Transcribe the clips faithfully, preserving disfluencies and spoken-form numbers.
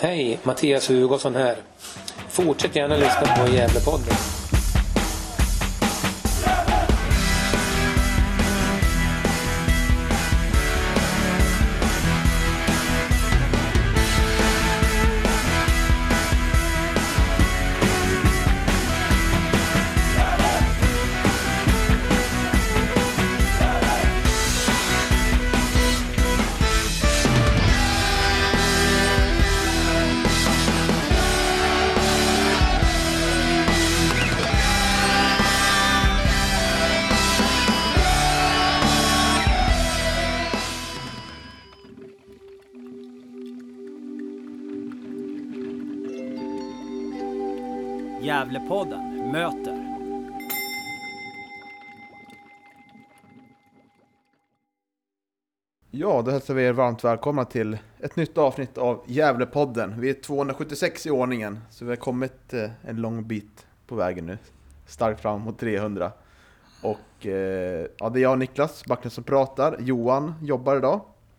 Hej, Mattias Hugosson här. Fortsätt gärna lyssna på Gävlepodden. Gävlepodden möter. Ja, då hälsar vi er varmt välkomna till ett nytt avsnitt av Gävlepodden. Vi är tvåhundrasjuttiosex i ordningen, så vi har kommit en lång bit på vägen nu. Starkt fram mot trehundra. Och eh, ja, det är jag och Niklas Backen som pratar. Johan jobbar idag.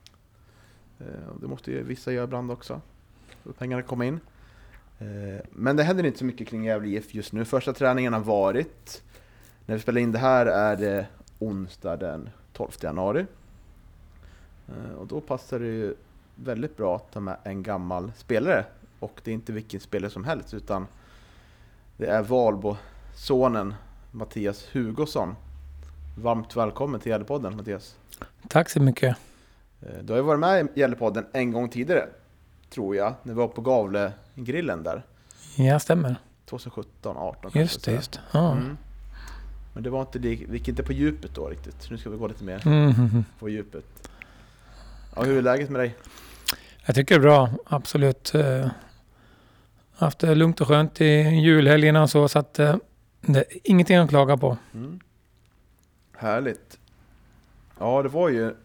Eh, och det måste ju vissa göra ibland också, så pengarna kommer in. Men det händer inte så mycket kring Gävle I F just nu. Första träningen har varit. När vi spelar in det här är det onsdag den tolfte januari. Och då passar det ju väldigt bra att ta med en gammal spelare. Och det är inte vilken spelare som helst, utan det är Valbo-sonen Mattias Hugosson. Varmt välkommen till Gävlepodden, Mattias. Tack så mycket. Du har ju varit med i Gävlepodden en gång tidigare, tror jag, när vi var på Gavle-grillen där. Ja, stämmer. tjugosjutton arton. Just det, just det. Ja. Mm. Men det var inte det, vi gick inte på djupet då riktigt. Så nu ska vi gå lite mer Mm. på djupet. Ja, hur är läget med dig? Jag tycker det är bra, absolut. Uh, haft det lugnt och skönt i julhelgerna och så, så att uh, det är ingenting att klaga på. Mm. Härligt. Ja, det var ju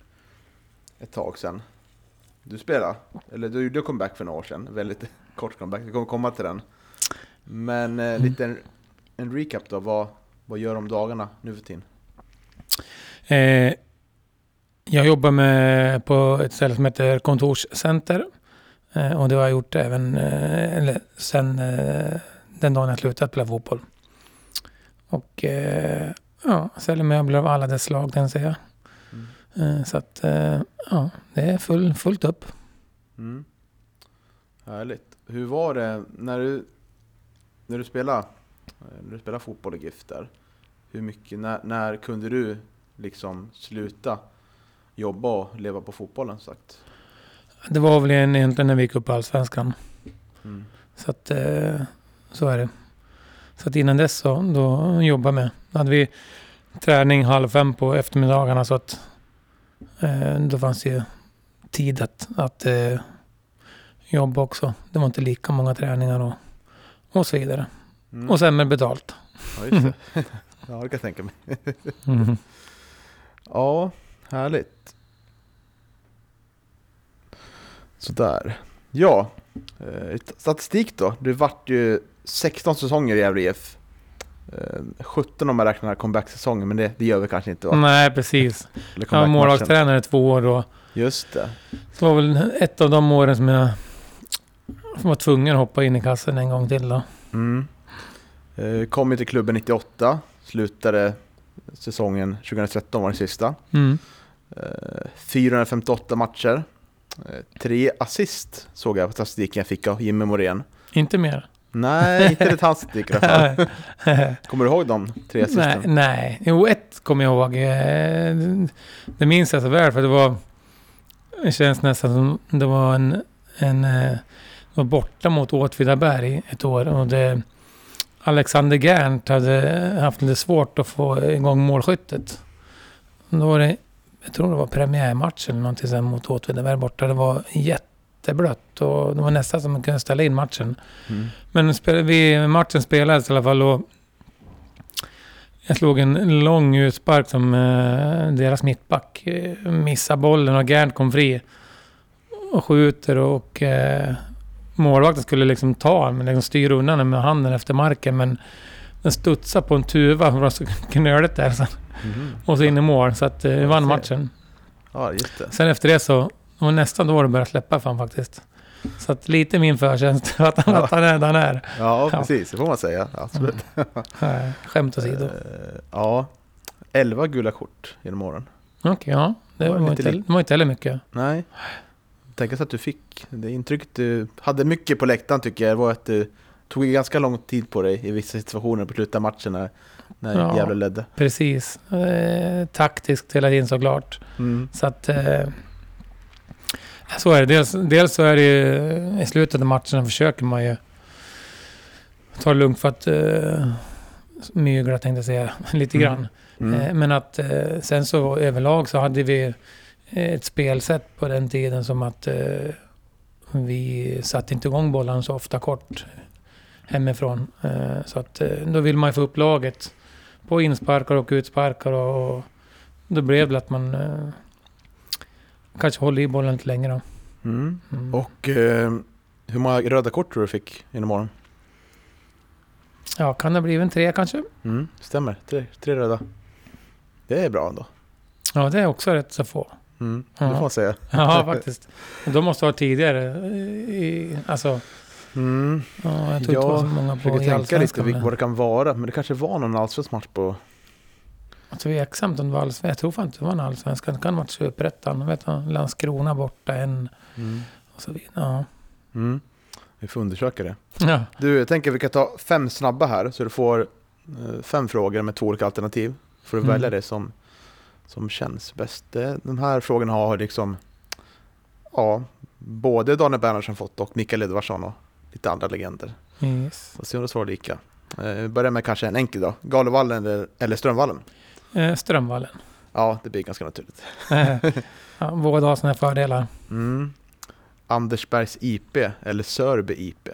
ett tag sedan du spelade, eller du gjorde comeback för några år sedan. Väldigt kort comeback, vi kommer komma till den. Men eh, lite en, en recap då, vad, vad gör de dagarna nu för tiden? Eh, jag jobbar med på ett ställe som heter Kontorscenter. Eh, och det har jag gjort även eh, eller sen eh, den dagen jag slutat spela fotboll. Och eh, ja, säljer möbler av alla dess slag, den säger jag. Mm. Så att ja, det är full, fullt upp. Mm. Härligt. Hur var det när du när du spelade när du spelade fotboll i GIF där? Hur mycket när, när kunde du liksom sluta jobba och leva på fotbollen, sagt? Det var väl egentligen när vi gick upp på Allsvenskan. Mm. Så att så är det. Så att innan dess så då jobbade med. Då hade vi träning halv fem på eftermiddagarna, så att då fanns det ju tid att, att eh, jobba också. Det var inte lika många träningar och, och så vidare. Mm. Och sen med betalt. Ja, just det. Ja, det kan jag tänka mig. Mm. Ja, härligt. Sådär. Ja, eh, statistik då. Du vart ju sexton säsonger i Gävle I F. sjutton om man räknar comeback-säsongen, men det, det gör vi kanske inte, va? Nej, precis. Jag var målvaktstränare två år då. Just det. Så var väl ett av de åren som jag var tvungen att hoppa in i kassen en gång till då. Mm. Kom ju till klubben nittioåtta, slutade säsongen tjugohundratretton, var det sista. Mm. fyrahundrafemtioåtta matcher. Tre assist såg jag på statistiken jag fick av Jimmy Morén. Inte mer. Nej, inte det handstick i alla fall. Kommer du ihåg de tre assisten? Nej, nej. Jo, ett kommer jag ihåg. Det minns jag så väl, för det var det känns nästan som det var en, en var borta mot Åtvidaberg ett år, och det Alexander Gärnt hade haft lite svårt att få igång målskyttet. Då var det, jag tror det var premiärmatchen eller någonting sen mot Åtvidaberg borta. Det var jätteblött och det var nästan som man kunde ställa in matchen. Mm. Men spel, vi, matchen spelades i alla fall, och jag slog en lång utspark som eh, deras mittback eh, missade bollen, och Gärnt kom fri och skjuter, och eh, målvakten skulle liksom ta, men liksom styra undan den med handen efter marken, men den studsade på en tuva och var så knöligt där så. Mm. Och så in i mål, så att vi eh, vann matchen. Ja, just det. Sen efter det så var nästan då det började släppa fan faktiskt. Så att lite min förtjänst att han, Ja. att han är där han är. Ja, Ja. precis. Det får man säga. Absolut. Nej, skämt åsido. Eh, ja, elva gula kort genom åren. Okej, ja. Det Var var, det inte, lite det var inte heller mycket. Nej. Tänk sig att du fick det intrycket du hade mycket på läktaren tycker jag var att du tog ganska lång tid på dig i vissa situationer på slutet av matchen när, när Ja. Gävle ledde. Precis. Eh, taktiskt hela tiden såklart. Mm. Så att... Eh, så är det. Dels, dels så är det ju, i slutet av matcherna försöker man ju ta det lugnt för att eh, mygla tänkte jag säga lite Mm. grann. Mm. Eh, men att eh, sen så överlag så hade vi ett spelsätt på den tiden som att eh, vi satte inte igång bollen så ofta kort hemifrån. Eh, så att eh, då vill man ju få upp laget på insparkar och utsparkar och, och då blev det att man eh, kanske håller i bollen lite längre då. Mm. Mm. Och eh, hur många röda kort tror du fick genom åren? Ja, kan det ha blivit en tre kanske? Mm. Stämmer, tre, tre röda. Det är bra ändå. Ja, det är också rätt så få. Mm. Ja. Det får man säga. Ja, faktiskt. De måste ha tidigare. I, alltså, Mm. ja, jag tror inte det var så många Jag på försöker i tänka lite Allsvenskan. vilk- vad det kan vara. Men det kanske var någon allsvensk match på... Tveksamt om det var allsvenskan. Jag tror fan inte det var en allsvenskan. Det kan vara Superettan. Vet du, Landskrona borta en Mm. och så vidare. Ja. Mm. Vi får undersöka det. Ja. Du, jag tänker att vi kan ta fem snabba här. Så du får eh, fem frågor med två olika alternativ. Får du Mm. välja det som, som känns bäst. Det, de här frågorna har liksom... Ja, både Daniel Bernhardsson fått och Mikael Edvardsson och lite andra legender. Yes. Och se om det svarar lika. Eh, vi börjar med kanske en enkel då. Galovallen eller, eller Strömvallen? Eh, Strömvallen. Ja, det blir ganska naturligt. Ja, båda har sina fördelar. Mm. Andersbergs I P eller Sörby I P?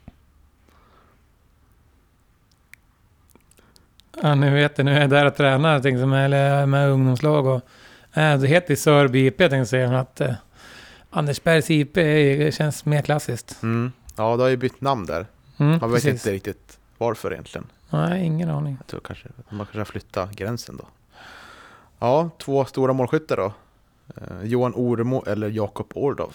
Ja, nu vet jag, nu är jag där och tränar tänkte jag, med, eller med ungdomslag och äh, det heter Sörby I P tänkte jag säga, men att eh, Andersbergs I P är, känns mer klassiskt. Mm. Ja, det har ju bytt namn där. Mm, Man vet precis. inte riktigt varför egentligen. Nej, ingen aning. Jag tror kanske man kanske har flyttat gränsen då. Ja, två stora målskyttar då. Eh, Johan Oremo eller Jakob Ordov?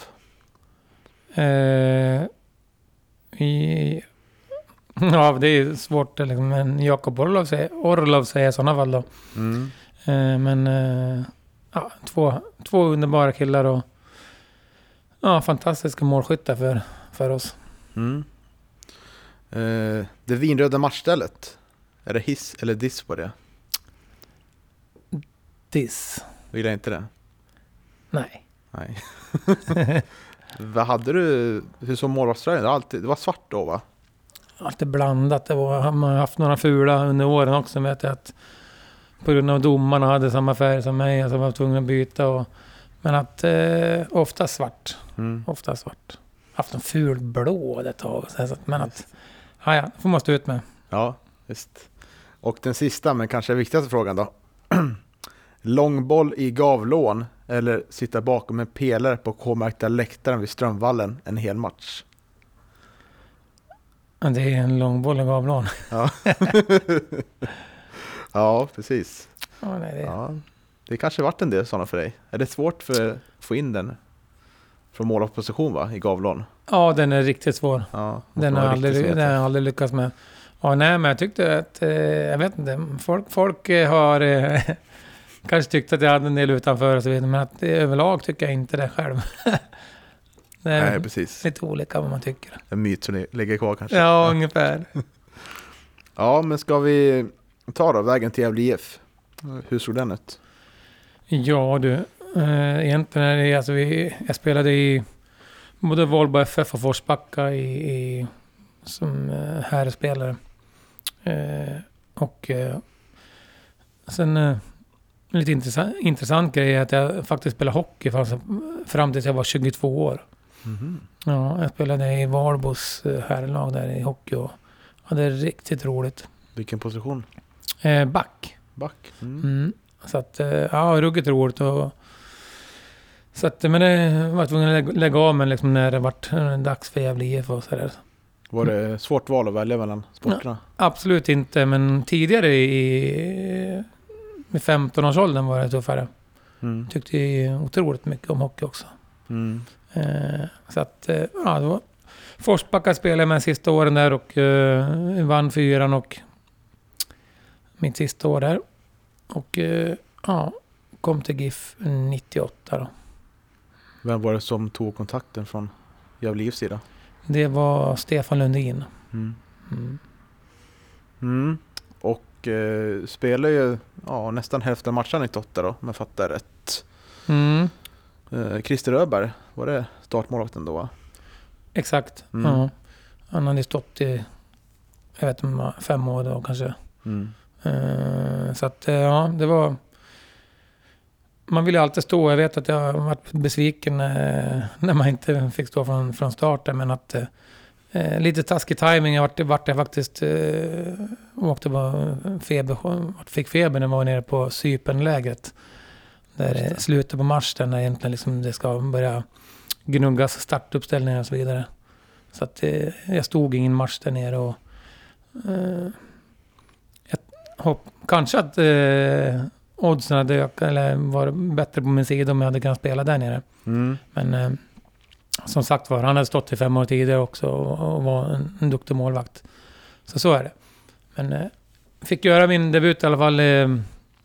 Eh, i, ja, det är svårt liksom, men Jakob Orlov säger, Orlov säger i sådana fall då. Mm. Eh, men eh, ja, två, två underbara killar och ja, fantastiska målskyttar för, för oss. Mm. Eh, det vinröda matchstället. Är det hiss eller diss på det? Diss. Vill jag inte det? Nej. Nej. Vad hade du? Hur såg målvaktströjan? Det var alltid- det var svart då va? Alltid blandat. Det var, man har haft några fula under åren också. Vet jag att på grund av domarna hade samma färg som mig. Alltså var tvungen att byta. Och, men att eh, ofta svart. Mm. Ofta svart. Haft en ful blå ett tag. Så att- Men att, ja, ja, det får man stå ut med. Ja, visst. Och den sista, men kanske viktigaste frågan då. Långboll i Gavlån eller sitta bakom en pelare på K-märkta läktaren vid Strömvallen en hel match? Men det är en långboll i Gavlån. Ja, ja precis. Ja, nej, det, Ja, det kanske varit en del sådana för dig. Är det svårt för att få in den från målvaktsposition va, i Gavlån? ja, den är riktigt svår. Ja, Den har man jag aldrig, riktigt den har jag aldrig lyckats med. Ja, nej, men jag tyckte att, eh, jag vet inte, folk, folk eh, har eh, kanske tyckt att jag hade en del utanför och så vidare, men att eh, överlag tycker jag inte det själv. Det är Nej, precis. lite olika vad man tycker. En myt som ni lägger kvar kanske. Ja, ungefär. Ja, men ska vi ta då vägen till Gävle I F? Hur såg den ut? Ja, du. Eh, egentligen är det, alltså vi, jag spelade i både Volvo F F och Forsbacka i, i, som eh, herrspelare. Eh, och eh, sen eh, en lite intressant, intressant grej är att jag faktiskt spelade hockey fram, fram tills jag var tjugotvå år. Mm-hmm. Ja, jag spelade i Valbos eh, herrlag där i hockey och hade riktigt roligt. Vilken position? Eh, back. Back? Mm. Mm. Så att, eh, ja, ruggigt roligt och så att, men det var tvungen att lägga, lägga av men liksom när det vart eh, dags för Gävle I F och sådär. Var det svårt val att välja mellan sporterna? Absolut inte, men tidigare i med femton-årsåldern var det tuffare. Mm. Tyckte otroligt mycket om hockey också. Mm. Eh, så att, eh, ja, det var Forsbacka spelade jag med sista åren där och eh, vann fyran och mitt sista år där. Och eh, ja, kom till GIF nittioåtta då. Vem var det som tog kontakten från Gävle I F:s sida? Det var Stefan Lundin. Mm. Mm. Mm. Och eh, spelade ju ja, nästan hälften av matchen nittioåtta då, om jag fattar rätt. Mm. Eh, Christer Öberg, var det startmålvakten då va? Exakt. Mm. Ja. Han hade stått i jag vet inte, fem år då kanske. Mm. Uh, så att ja, det var... Man vill ju alltid stå. Jag vet att jag har varit besviken eh, när man inte fick stå från, från starten. Men att eh, lite taskig timing. Jag vart, vart jag faktiskt eh, åkte på feber, fick feber när jag var nere på Cypernlägret. Där i slutet på mars där när egentligen liksom det ska börja gnuggas startuppställningar och så vidare. Så att eh, jag stod ingen match där nere och eh, jag hopp, kanske att eh, oddsen hade ökat eller var bättre på min sida om jag hade kunnat spela där nere. Mm. Men eh, som sagt var, han hade stått i fem år tidigare också och, och var en, en duktig målvakt. Så så är det. Men eh, fick göra min debut i alla fall eh,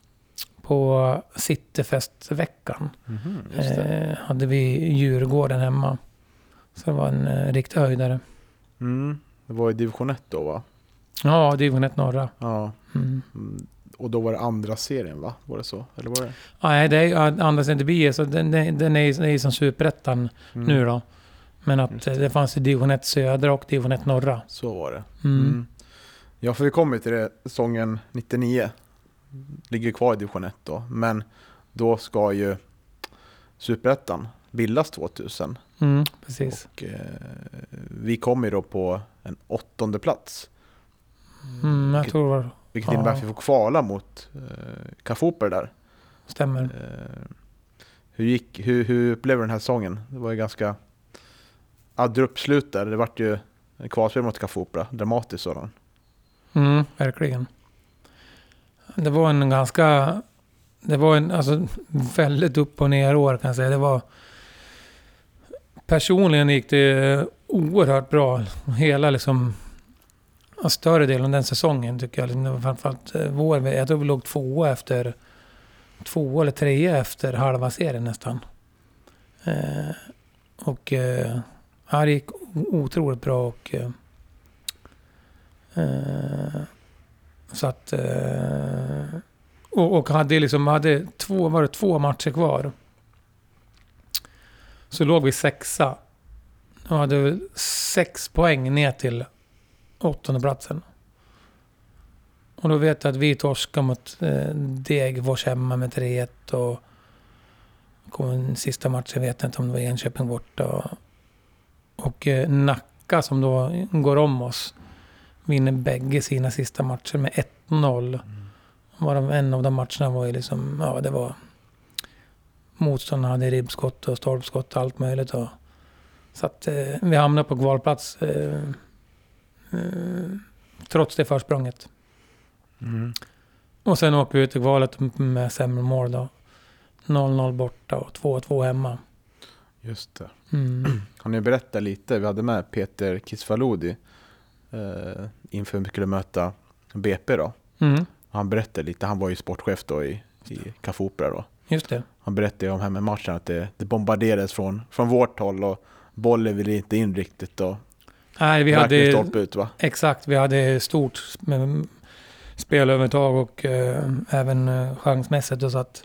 på Cityfestveckan. Mm, just det. Eh, hade vi Djurgården hemma. Så det var en eh, riktig höjdare. Mm. Det var i division ett då va? Ja, division ett norra. Ja. Mm. Mm. Och då var det andra serien va? Var det så? Eller var det? Nej, det är andra sidan det så den, den, den är, den är som superettan Mm. nu då. Men att Just det. det fanns i division ett södra och division ett norra. Så var det. Mm. Mm. Ja, för vi kommer till det säsongen nittionio. Ligger kvar i division ett då. Men då ska ju superettan bildas tvåtusen. Mm, precis. Och eh, vi kommer ju då på en åttonde plats. Mm, jag vilket, tror det var, vilket ja. innebär att vi får kvala mot eh, Kafoper där. stämmer. Eh, hur, gick, hur, hur upplevde den här säsongen? Det var ju ganska abrupt slut där. Det var ju en kvalspel mot Kafopra. Dramatiskt sådan. Mm, verkligen. Det var en ganska... Det var en alltså, väldigt upp- och ner år kan jag säga. Det var... Personligen gick det oerhört bra. Hela liksom... Större delen av den säsongen tycker jag. Det var framförallt vår... Jag tror vi låg två efter... Två eller tre efter halva serien nästan. Eh, och... Eh, här gick otroligt bra och... Eh, eh, så att... Eh, och, och hade liksom... Hade två, var det två matcher kvar. Så låg vi sexa. Och hade sex poäng ner till åttonde platsen. Och då vet jag att vi torskade mot eh, Degerfors hemma med tre ett. Och kom en sista matchen, vet jag inte om det var Enköping borta. Och, och eh, Nacka som då går om oss vinner bägge sina sista matcher med ett noll. Mm. Var de, en av de matcherna var ju liksom, ja det var motståndarna hade ribbskott och stolpskott och allt möjligt. Och, så att eh, vi hamnade på kvalplats eh, eh, trots det försprånget. Mm. Och sen åker vi ut i kvalet med sämre mål då. noll noll borta och två två hemma. Just det. Mm. Kan ni berätta lite? Vi hade med Peter Kisvalodi eh, inför vi skulle möta B P då. Mm. Han berättade lite, han var ju sportchef då i, i Kafopra då. Just det. Han berättade om hemmamatchen att det, det bombarderades från, från vårt håll och bollen ville inte in riktigt och Nej, vi hade stolpe ut va? exakt, vi hade stort med spelövertag och eh, även eh, chansmässigt och så att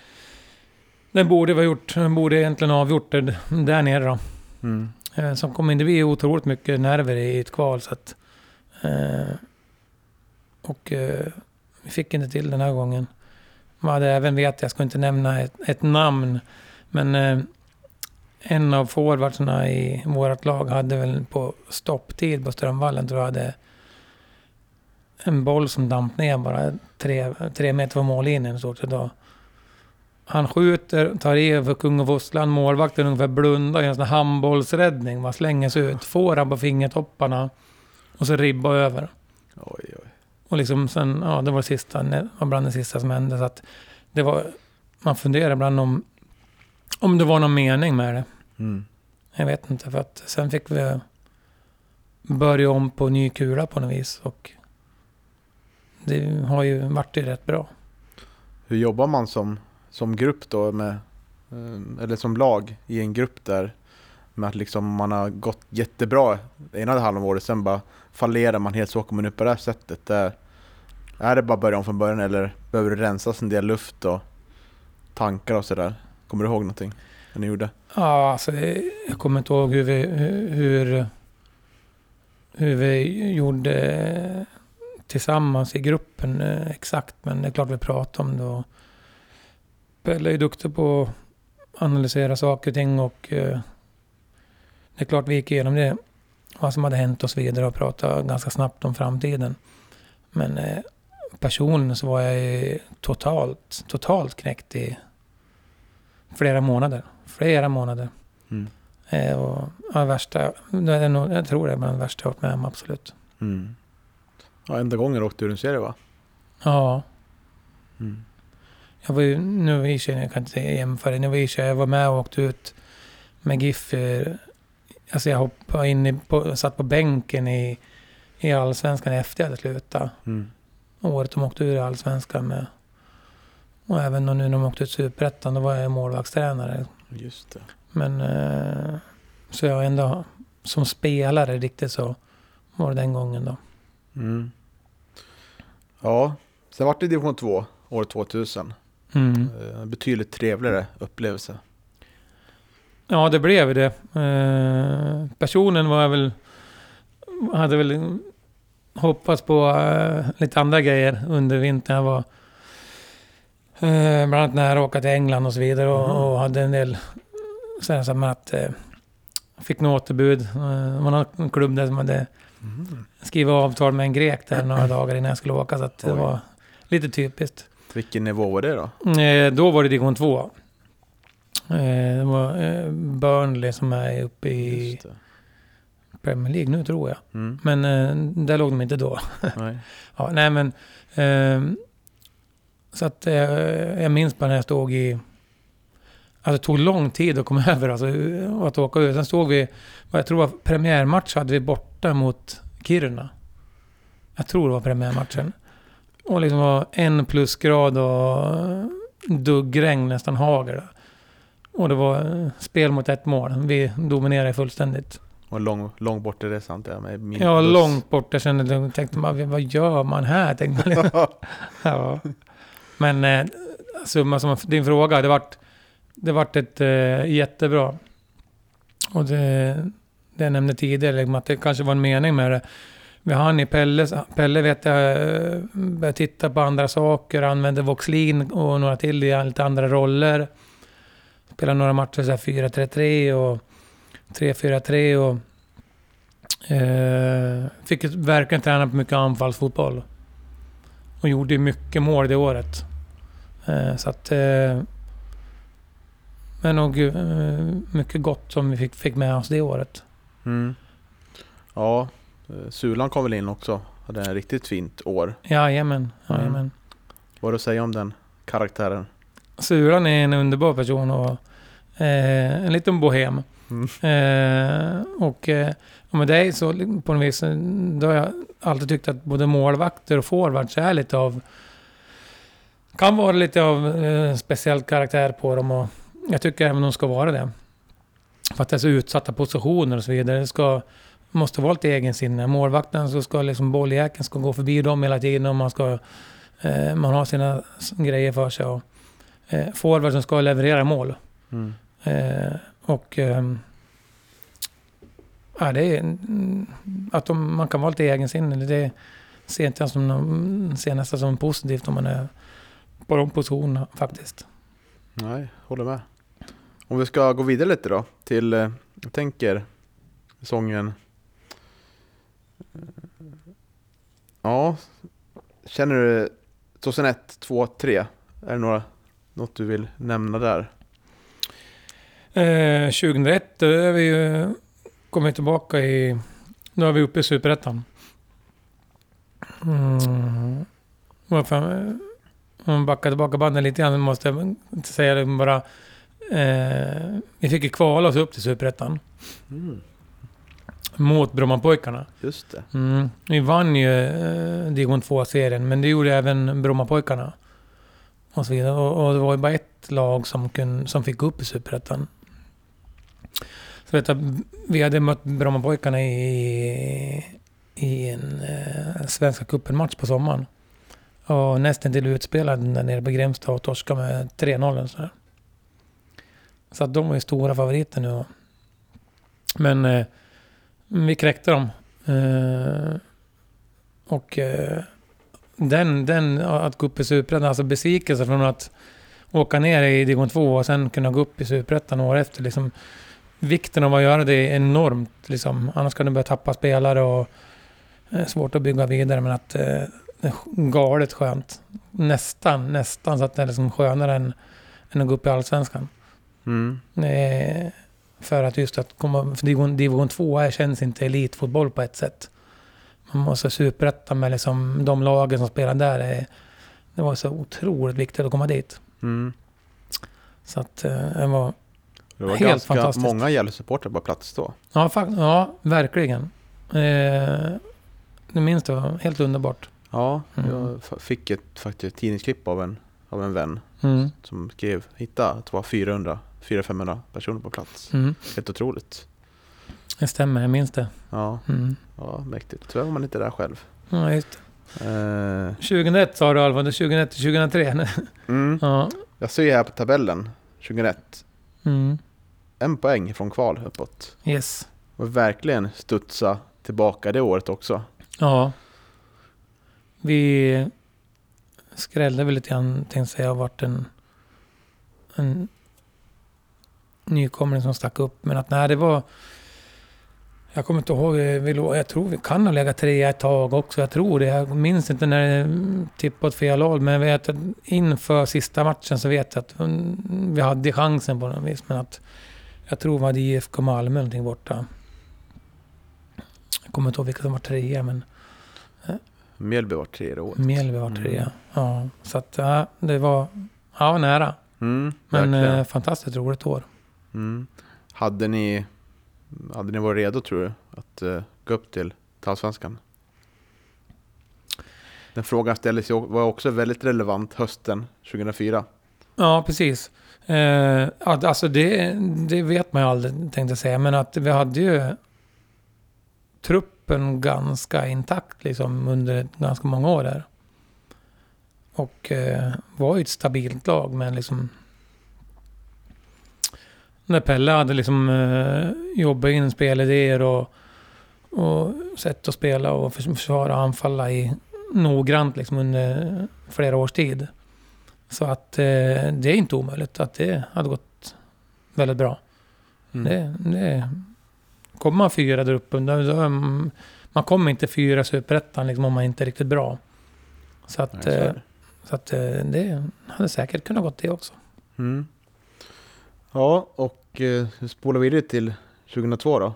den borde vi gjort, den borde egentligen avgjort det där nere då. Mm. Eh, som kom in, det var otroligt mycket nerver i ett kval så att eh, och eh, vi fick inte till den här gången. Man hade även vet, jag ska inte nämna ett, ett namn, men eh, en av forwardsarna i vårt lag hade väl på stopptid på Strömvallen tror jag hade en boll som damp ner bara tre, tre meter från mållinjen så då. Han skjuter, tar i över kung och Vossland, målvakten ungefär blundar i en sån här handbollsräddning, man slänger sig ut, får han på fingertopparna och så ribba över. Oj, oj. Och liksom sen, ja det var det sista, det var bland det sista som hände så att det var, man funderar ibland om om det var någon mening med det. Mm. Jag vet inte, för att sen fick vi börja om på ny kula på något vis. Och det har ju varit rätt bra. Hur jobbar man som, som grupp då med, eller som lag i en grupp där med att liksom man har gått jättebra ena halvåret, sen bara fallerar man helt, så åker man upp på det här sättet. Där, är det bara börja om från början eller behöver det rensas en del luft och tankar och sådär? Kommer du ihåg någonting när ni gjorde? Ja, alltså, jag kommer inte ihåg hur vi, hur, hur vi gjorde tillsammans i gruppen exakt, men det är klart vi pratade om det. Och Pelle är duktig på att analysera saker och ting, och det är klart vi gick igenom det, vad som hade hänt och så vidare, och pratade ganska snabbt om framtiden. Men personligen så var jag totalt, totalt knäckt i flera månader. Flera månader. Mm. Eh, och ja, värsta, det är nog, jag tror det är bland det värsta jag varit med om, absolut. Mm. Ja, enda gången åkte du en serie, va? Ja. Mm. Jag var ju, nu var jag, jag kan inte jämföra, nu var jag, jag var med och åkte ut med GIF. Alltså jag hoppade in i, på, satt på bänken i, i Allsvenskan efter jag hade slutat. Mm. Året de åkte ur Allsvenskan med. Och även nu när de åkte ut Superettan, då var jag målvaktstränare. Just det. Men eh, så jag ändå som spelare riktigt så var det den gången då. Mm. Ja, sen var det division två år tvåtusen. Mm. Eh, betydligt trevligare upplevelse. Ja, det blev det. Eh, personen var väl hade väl hoppats på eh, lite andra grejer under vintern. Jag var eh, bland annat nära att åka till England och så vidare, och, Mm. och hade en del sådär som att eh, fick något återbud. Eh, man har en klubb där som hade Mm. skrivit avtal med en grek där några dagar innan jag skulle åka, så att det Oj. var lite typiskt. Vilken nivå var det då? Eh, då var det division två. Eh, det var eh, Burnley som är uppe i Just det. Premier League nu, tror jag. Mm. Men eh, där låg de inte då. Nej. Ja, nej men eh, så att eh, jag minns bara när jag stod i, alltså det tog lång tid att komma över, alltså att åka ut. Sen stod vi, vad jag tror var premiärmatch hade vi borta mot Kiruna. Jag tror det var premiärmatchen. Och liksom var en plusgrad och duggregn, nästan hagel. Och det var spel mot ett mål. Vi dominerade fullständigt. Och lång, lång bort är det sant? Ja, med min Ja, buss. långt bort. Jag kände, jag tänkte man, vad gör man här? Tänkte man. Ja. Men eh, summa som din fråga, det vart det vart ett eh, jättebra. Och det, det jag nämnde tidigare, liksom, att det kanske var en mening med det. Vi hann i Pelle, Pelle vet jag, började titta på andra saker, använde Voxlin och några till i lite andra roller. Spelade några matcher så här fyra tre tre och tre fyra tre och eh, fick verkligen träna på mycket anfallsfotboll. Och gjorde mycket mål det året. Eh, så att eh, men nog eh, mycket gott som vi fick, fick med oss det året. Mm. Ja, eh, Sulan kom väl in också. Hade en riktigt fint år. Jajamän, jajamän. Mm. Vad har du att säga om den karaktären? Suran är en underbar person och eh, en liten bohem. Mm. Eh, och eh, med dig så på något vis, då har jag alltid tyckt att både målvakter och forwards är lite av, kan vara lite av eh, speciell karaktär på dem, och jag tycker även de ska vara det. För att det är så utsatta positioner och så vidare. Det ska, måste vara lite egen sinne. Målvakten så ska liksom bolljäkeln ska gå förbi dem hela tiden, och man ska eh, man har sina grejer för sig, och eh, forwarden ska leverera mål. Mm. Eh, och eh, ja, det är mm, att de, man kan vara lite egensinnig, det ser inte jag som någon, ser nästan som positivt om man är på de positionerna faktiskt. Nej, håller med. Om vi ska gå vidare lite då till, eh, jag tänker sången. Ja, känner du tjugohundraett, två, tre? Är det några, något du vill nämna där? Eh, tjugohundraett, då är vi ju kommit tillbaka i, då är vi uppe i Superettan. Mm. Varför, om man backar tillbaka banden lite grann, måste jag säga det bara, eh, vi fick ju kvala oss upp till Superettan. Mm. Mot Brommapojkarna. Just det. Mm. Vi vann ju eh, Division två-serien, men det gjorde även Brommapojkarna. Och så vidare. Och, och det var ju bara ett lag som, kun, som fick gå upp i Superettan. Så vet jag, vi hade mött Brommapojkarna i, i en eh, Svenska cupen-match på sommaren. Och nästan till utspelade där nere på Grimsta och torska med tre noll. Så, så att de var ju stora favoriter nu. Men eh, vi kräckte dem. Eh, och eh, den, den att gå upp i Superettan, alltså besvikelse från att åka ner i Division två och sen kunna gå upp i Superettan år efter. Liksom, vikten av att göra det är enormt. Liksom. Annars kan du börja tappa spelare och eh, svårt att bygga vidare. Men att eh, det är galet skönt. Nästan, nästan så att det är liksom skönare än, än att gå upp i Allsvenskan. Mm. Eh, för att just att komma, för division, division två här känns inte elitfotboll på ett sätt. Man måste superrätta med liksom de lagen som spelar där. Är, det var så otroligt viktigt att komma dit. Mm. Så att eh, det var, det var helt ganska fantastiskt. Många Gävle-supportrar på plats då. Ja, fa- ja verkligen. Eh, det minns det var helt underbart. Ja, Mm. jag f- fick ett, faktiskt ett tidningsklipp av en, av en vän Mm. som skrev, hitta att det var fyrahundra till femhundra personer på plats. Mm. Helt otroligt. Det stämmer, jag minns det. Ja, Mm. ja, mäktigt. Tyvärr var man inte där själv. Ja, just det. Eh, tjugohundraett sa du Alva, det är tjugohundraett till tjugohundratre. mm. Ja. Jag ser här på tabellen, tjugohundraett. Mm. En poäng från kval uppåt. Yes. Och verkligen studsa tillbaka det året också. Ja. Vi skrällde väl lite grann, tänkte jag säga, har varit en, en nykomling som stack upp. Men att nej, det var... Jag kommer inte ihåg, vi låg, jag tror vi kan ha legat tre ett tag också. Jag tror det. Jag minns inte när det tippade fel håll. Men jag vet att inför sista matchen så vet jag att vi hade chansen på något vis. Men att jag tror vi hade I F K Malmö någonting borta. Jag kommer inte ihåg vilka som var trea, men Mjällby var tredje året. Mjällby var trea. Mm. Ja, så att ja, det var ja, nära. Mm, Men verkligen. eh, fantastiskt roligt år. Mm. Hade ni hade ni varit redo, tror du, att uh, gå upp till Allsvenskan? Den frågan ställdes ju, var också väldigt relevant hösten tjugohundrafyra. Ja, precis. Eh, alltså det, det vet man ju aldrig, tänkte jag säga. Men att vi hade ju truppen ganska intakt liksom, under ganska många år där. Och eh, var ju ett stabilt lag, men liksom när Pelle hade liksom eh, jobbat in spelidéer och, och sätt att spela och försvara och anfalla i noggrant liksom under flera års tid. Så att eh, det är inte omöjligt att det hade gått väldigt bra. Mm. Det, det kommer man fyra där uppe. Då, då, man kommer inte fyra Superettan liksom, om man inte är riktigt bra. Så att, Nej, så är eh, det. så att eh, det hade säkert kunnat gått det också. Mm. Ja, och eh, spolar vi det till tjugohundratvå då?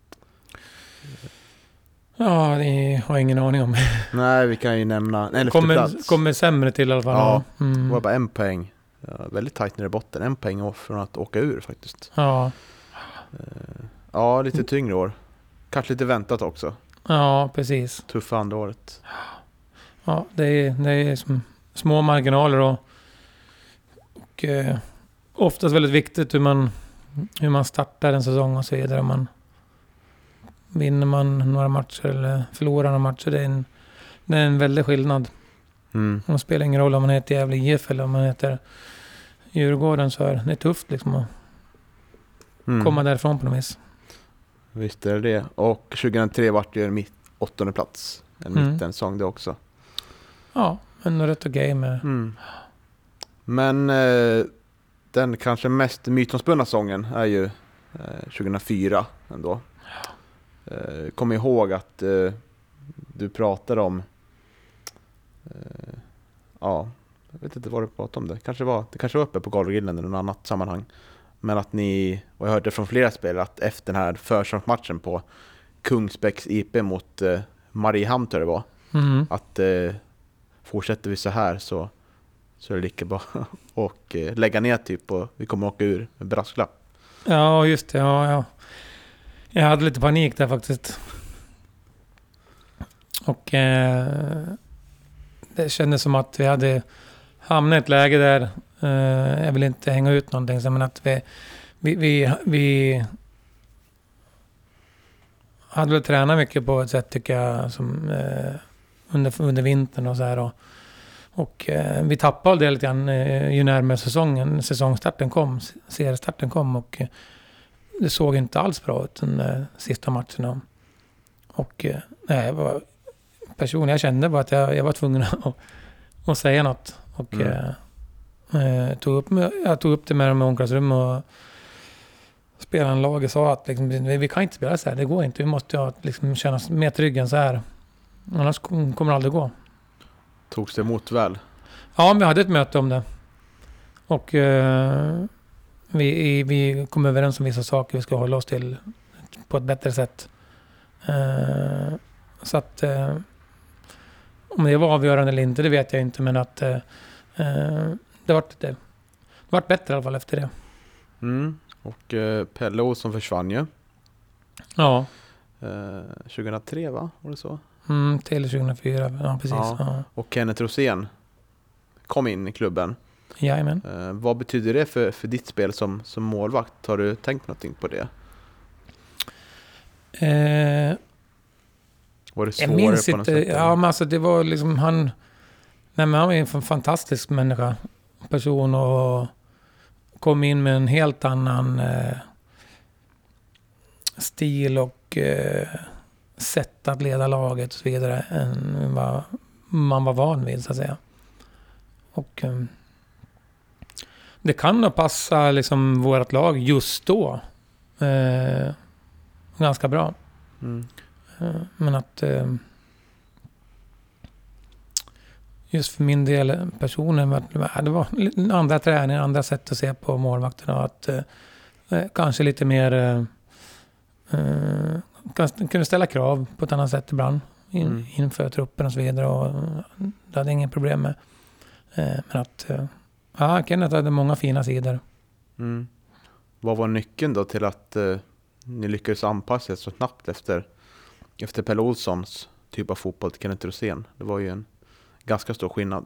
Ja, det har jag ingen aning om. Nej, vi kan ju nämna en elfte Kommer, plats. kommer sämre till i alla fall. Ja, Ja. Det Mm. var bara en poäng. Ja, väldigt tajt ner i botten. En poäng off från att åka ur faktiskt. Ja. Eh, ja, lite tyngre år. Kanske lite väntat också. Ja, precis. Tuffa andra året. Ja, det är, det är som små marginaler och, och eh, oftast väldigt viktigt hur man, hur man startar en säsong och så vidare. Om man vinner man några matcher eller förlorar några matcher, det är en, det är en väldig skillnad. Mm. Det spelar ingen roll om man heter Gävle I F eller om man heter Djurgården, så är det tufft liksom att Mm. komma därifrån på något vis. Visst är det det. Och tjugohundratre vart ju en mitt, åttonde plats. En Mm. mittensång det också. Ja, men rätt okej med... Mm. Men eh, den kanske mest mytomspunna sången är ju eh, tjugohundrafyra ändå. Eh, kom ihåg att eh, du pratade om eh, ja, jag vet inte vad du pratade om det. Kanske var, det kanske var uppe på Galgrillen eller något annat sammanhang. Men att ni, och jag hörde från flera spelare, att efter den här försäsongsmatchen på Kungsbäcks I P mot eh, Mariehamn tror jag det var, Mm. att eh, fortsätter vi så här så, så är det lika bra och eh, lägga ner typ och vi kommer åka ur med brasklapp. Ja, just det. Ja, ja. Jag hade lite panik där faktiskt. Och eh, det kändes som att vi hade hamnat i ett läge där eh, jag vill inte hänga ut någonting, men att vi vi, vi, vi hade väl tränat mycket på ett sätt tycker jag som eh, under, under vintern och så här och, och eh, vi tappade det lite grann eh, ju närmare säsongen, säsongstarten kom, seriestarten kom och eh, det såg inte alls bra ut den eh, sista matchen och eh, nej, jag var personligen, jag kände bara att jag, jag var tvungen att, att säga något och mm. eh, eh, tog upp, jag tog upp det med dem i omklädningsrummet och spelaren laget sa att liksom, vi, vi kan inte spela så här, det går inte, vi måste ha, liksom, känna mer tryggen så här, annars kommer det aldrig gå. Togs det emot väl? Ja, vi hade ett möte om det och eh, vi, vi kom överens om vissa saker vi ska hålla oss till på ett bättre sätt. Eh, så att eh, om det var avgörande eller inte, det vet jag inte, men att eh, det vart det, det vart bättre i alla fall efter det. Mm. Och eh, Pelle Olsson försvann ju. Ja. Eh, tjugohundratre va? Var det så? Mm, till tjugohundrafyra, ja precis. Ja. Ja. Och Kenneth Rosén kom in i klubben. Jajamän. Eh, vad betyder det för, för ditt spel som, som målvakt? Har du tänkt någonting på det? Eh, var det svårare jag minns på något inte, sätt? ja men alltså det var liksom han, nej men han var en fantastisk människa, person och kom in med en helt annan eh, stil och eh, sätt att leda laget och så vidare än vad man var van vid så att säga. Och eh, det kan nog passa liksom vårt lag just då eh, ganska bra. Mm. Eh, men att eh, just för min del personen det var andra träningar, andra sätt att se på målvakterna och att eh, kanske lite mer eh, eh, kunde ställa krav på ett annat sätt ibland in, mm. inför truppen och så vidare och det hade ingen problem med. Eh, men att eh, ja, Kenneth hade många fina sidor. Mm. Vad var nyckeln då till att eh, ni lyckades anpassa er så snabbt efter, efter Pelle Olssons typ av fotboll till Kenneth Rosén? Det var ju en ganska stor skillnad.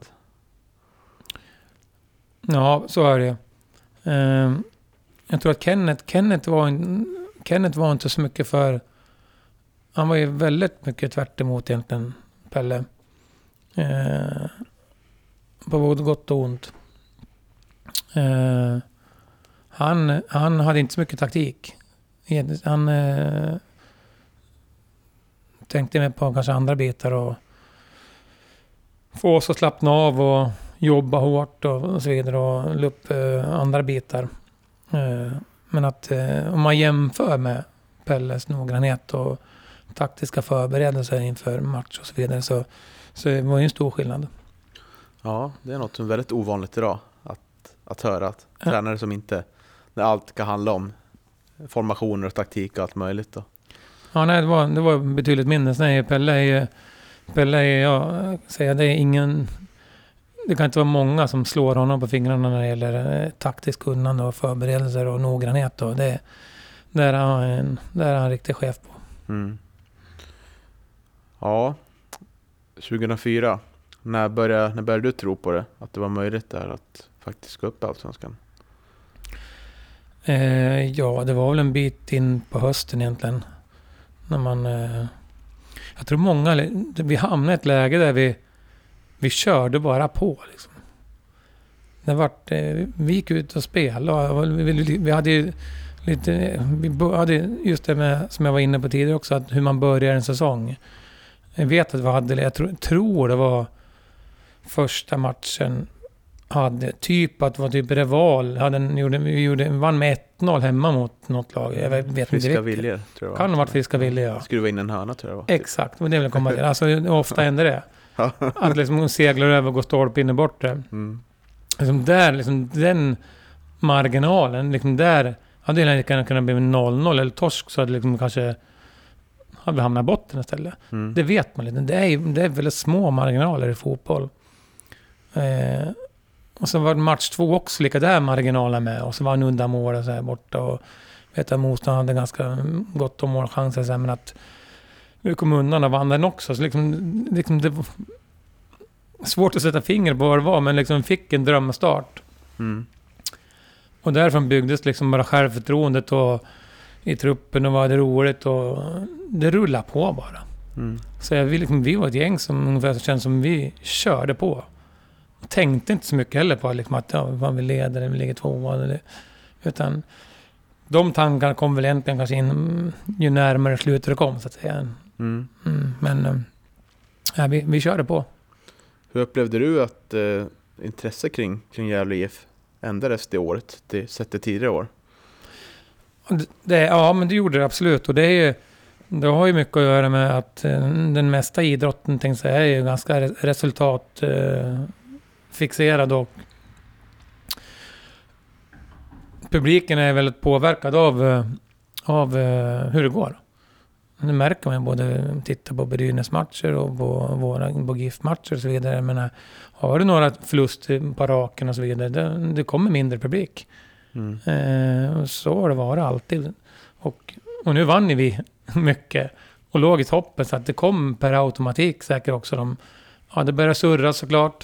Ja, så är det. Uh, jag tror att Kenneth, Kenneth, var en, Kenneth var inte så mycket för... Han var ju väldigt mycket tvärt emot egentligen Pelle. Uh, på både gott och ont. Uh, han, han hade inte så mycket taktik. Han uh, tänkte med på kanske andra bitar och få oss att slappna av och jobba hårt och så vidare och la upp eh, andra bitar. Eh, men att eh, om man jämför med Pelles noggrannhet och taktiska förberedelser inför match och så vidare så, så var det en stor skillnad. Ja, det är något som är väldigt ovanligt idag att, att höra att ja. Tränare som inte, när allt kan handla om formationer och taktik och allt möjligt då. Ja, nej, det var, det var betydligt mindre. Nej, Pelle är Pelle är, jag säger, det är ingen... Det kan inte vara många som slår honom på fingrarna när det gäller eh, taktiskt kunnande och förberedelser och noggrannhet. Och det, där, är han en, där är han en riktig chef på. Mm. Ja, tjugohundrafyra. När började, när började du tro på det? Att det var möjligt där att faktiskt gå upp i Allsvenskan? Eh, ja, det var väl en bit in på hösten egentligen. När man... Eh, jag tror många... Vi hamnade i ett läge där vi... Vi körde bara på liksom. Det var, vi gick ut och spelade. Vi, vi hade ju lite... Vi hade just det med, som jag var inne på tidigare också, att hur man börjar en säsong. Jag vet att vi hade... Jag tror, tror det var första matchen hade typ att det var typ rival. Hade en, gjorde, vi gjorde, vann med ett noll hemma mot något lag. Jag vet inte Friska viljor, tror jag. Kan ha varit Friska viljor, ja. Skruva in en hörna, tror jag var. Exakt, men det vill komma till. Alltså, ofta händer det. Att liksom seglar över och går stolp in i bortre. Mm. Liksom där, liksom den marginalen, liksom där hade det lika kunnat bli noll noll eller torsk, så hade liksom kanske hade vi hamnat i botten istället. Mm. Det vet man lite. Det är, det är väldigt små marginaler i fotboll. Eh, Och så var det match två också lika där marginalen med. Och så var han undan mål och så här borta. Och vet att motståndaren hade ganska gott om målchanser. Så här, men att vi kom undan och vann den också. Så liksom, liksom det var svårt att sätta finger på vad det var. Men liksom fick en drömstart. Mm. Och därifrån byggdes liksom bara självförtroendet och i truppen och var det roligt. Och det rullade på bara. Mm. Så jag vill, liksom, vi var ett gäng som ungefär så känns som vi körde på. Och tänkte inte så mycket heller på liksom, att ja, vad vi leder eller vi ligger tvåa. Eller, utan de tankarna kom väl egentligen kanske in ju närmare slutet det kom, så att säga. Mm. Mm, men ja, vi, vi körde på. Hur upplevde du att eh, intresse kring, kring Gävle I F ändrades det året till sättet tidigare år? Det, ja, men det gjorde det absolut. Och det är ju, det har ju mycket att göra med att eh, den mesta idrotten tänkte jag, är ju ganska resultat eh, fixerad och publiken är väldigt påverkad av, eh, av eh, hur det går. Det märker man både titta på Brynäs matcher och på våra på GIF-matcher och så vidare. Men har du några förluster på raken och så vidare, det, det kommer mindre publik. Mm. Eh, så har det varit alltid. Och, och nu vann vi mycket och låg i toppen, så att det kom per automatik säkert också. De, ja, det började surra såklart.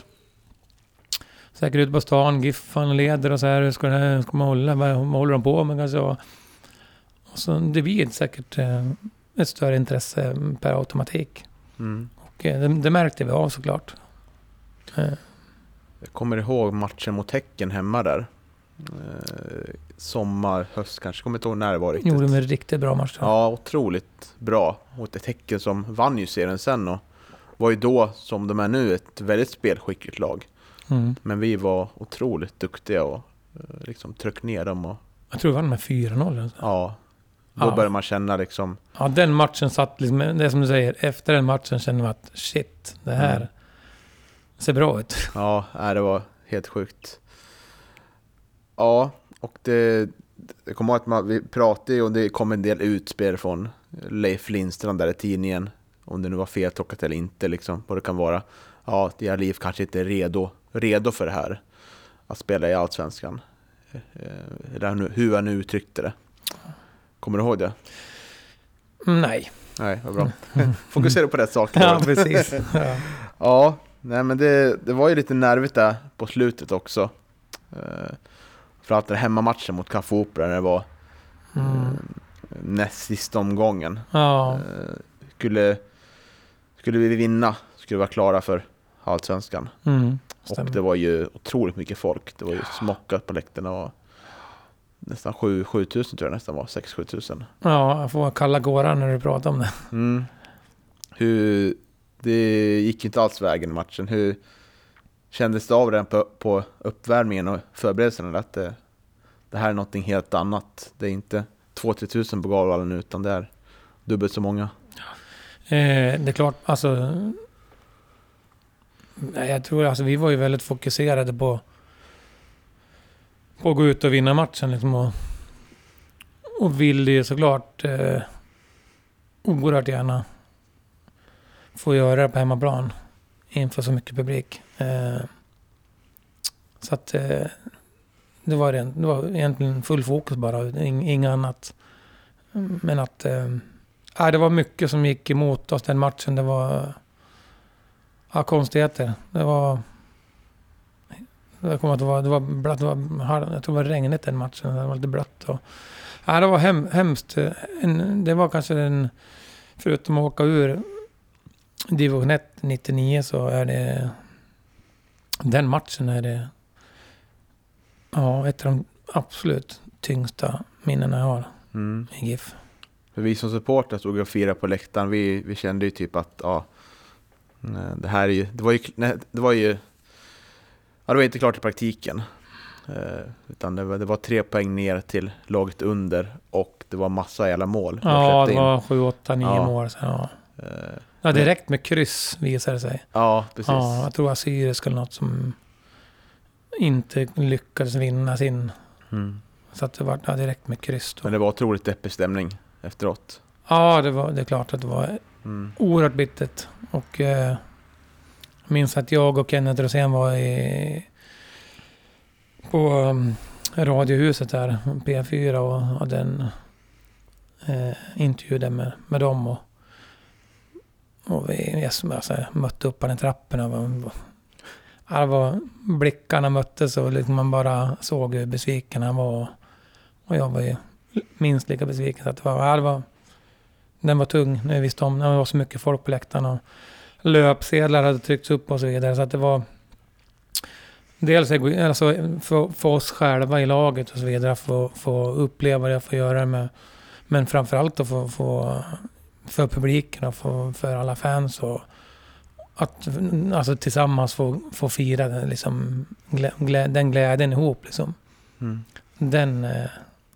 Säkert ut på stan, Giffan leder och så här. Hur ska, det, ska man hålla? Vad håller de på med? Kanske? Och, och så det blir säkert eh, ett större intresse per automatik. Mm. Och eh, det, det märkte vi av såklart. Eh. Jag kommer ihåg matchen mot Häcken hemma där. Eh, sommar, höst kanske. Kommer inte ihåg när det var riktigt. Gjorde en riktigt bra match. Då. Ja, otroligt bra. Mot ett Häcken som vann ju serien sen och var ju då, som de är nu, ett väldigt spelskickligt lag. Mm. Men vi var otroligt duktiga och eh, liksom tryck ner dem. Och, Jag tror det vann med fyra noll. Alltså. ja, då Ja. började man känna liksom... Ja, den matchen satt liksom, det är som du säger, efter den matchen kände man att shit, det här Mm. ser bra ut. Ja, nej, det var helt sjukt. Ja, och det, det kommer ihåg att man, vi pratade ju och det kom en del utspel från Leif Lindstrand där i tidningen. Om det nu var feltolkat eller inte, liksom, vad det kan vara. Ja, det är Liv kanske inte är redo, redo för det här. Att spela i Allsvenskan. Eller hur han nu uttryckte det. Kommer du ihåg det? Nej. Nej, vad bra. Fokusera på rätt saker. Ja, precis. Ja. Ja, nej, men det, det var ju lite nervigt där på slutet också. Uh, Framförallt den hemmamatchen mot Café Opera när det var Mm. uh, näst sista omgången. Ja. Uh, skulle, skulle vi vinna skulle vi vara klara för Allsvenskan. Mm. Och det var ju otroligt mycket folk. Det var ju smockat på läktarna och nästan sju tusen tror jag nästan var. sex sju tusen. Ja, jag får kalla gårar när du pratar om det. Mm. Hur, det gick inte alls vägen i matchen. Hur kändes det av den på, på uppvärmningen och förberedelserna att det, det här är någonting helt annat? Det är inte två till tre tusen på Galvallen utan det är dubbelt så många. Eh, det är klart, alltså... Nej, jag tror alltså vi var ju väldigt fokuserade på på att gå ut och vinna matchen liksom, och, och ville ju såklart eh, oerhört gärna få göra det på hemmaplan inför så mycket publik. Eh, så att eh, det var det, det var egentligen full fokus bara, inget annat. Men att eh, ja, det var mycket som gick emot oss den matchen. Det var ja, konstigheter. Det var jag kommer att det var det var blött, det var, jag tror det var regnigt den matchen. Det var lite blött och ja, det var hem, hemskt. En, det var kanske en, förutom att åka ur division ett nittionio så är det den matchen är det ja, ett av de absolut tyngsta minnena jag har Mm. i GIF. För vi som supportrar stod och firade på läktaren. Vi, vi kände ju typ att ja, det här är ju, det var ju, nej, det var ju ja, det var inte klart i praktiken. Eh, utan det var, det var tre poäng ner till laget under och det var massa jävla mål. Ja, det var sju, åtta, nio Ja. mål. Så, ja. Eh, ja, direkt med kryss visade det sig. ja, precis. Ja, jag tror Assyrisk skulle något som inte lyckades vinna sin. Mm. Så att det var ja, direkt med kryss. Då. Men det var otroligt deppig stämning efteråt. Ja, det, var, det är klart att det var Mm. oerhört bittert. Och eh, jag minns att jag och Kenneth Rosén var i på um, radiohuset där, P fyra, och hade en eh, intervju där med, med dem. Och, och vi jag, alltså, mötte upp på den trapporna. Var, alla var, blickarna möttes och liksom man bara såg hur besviken han var. Och jag var ju minst lika besviken. Så att det var, det var, den var tung när jag visste om. Det var så mycket folk på läktaren och löpsedlar hade tryckts upp och så vidare. Så att det var dels alltså, för, för oss själva i laget och så vidare. För att få uppleva det, få göra det med. Men framförallt att få, få för publiken och för, för alla fans. Och att alltså, tillsammans få, få fira den, liksom, glä, glä, den glädjen ihop. Liksom. Mm. Den... Eh,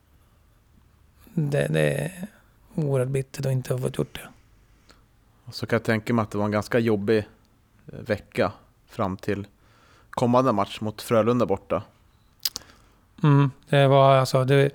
det, det är oerhört bittert att inte ha fått gjort det. Och så kan jag tänka mig att det var en ganska jobbig vecka fram till kommande match mot Frölunda borta. Mm, det var alltså... Det,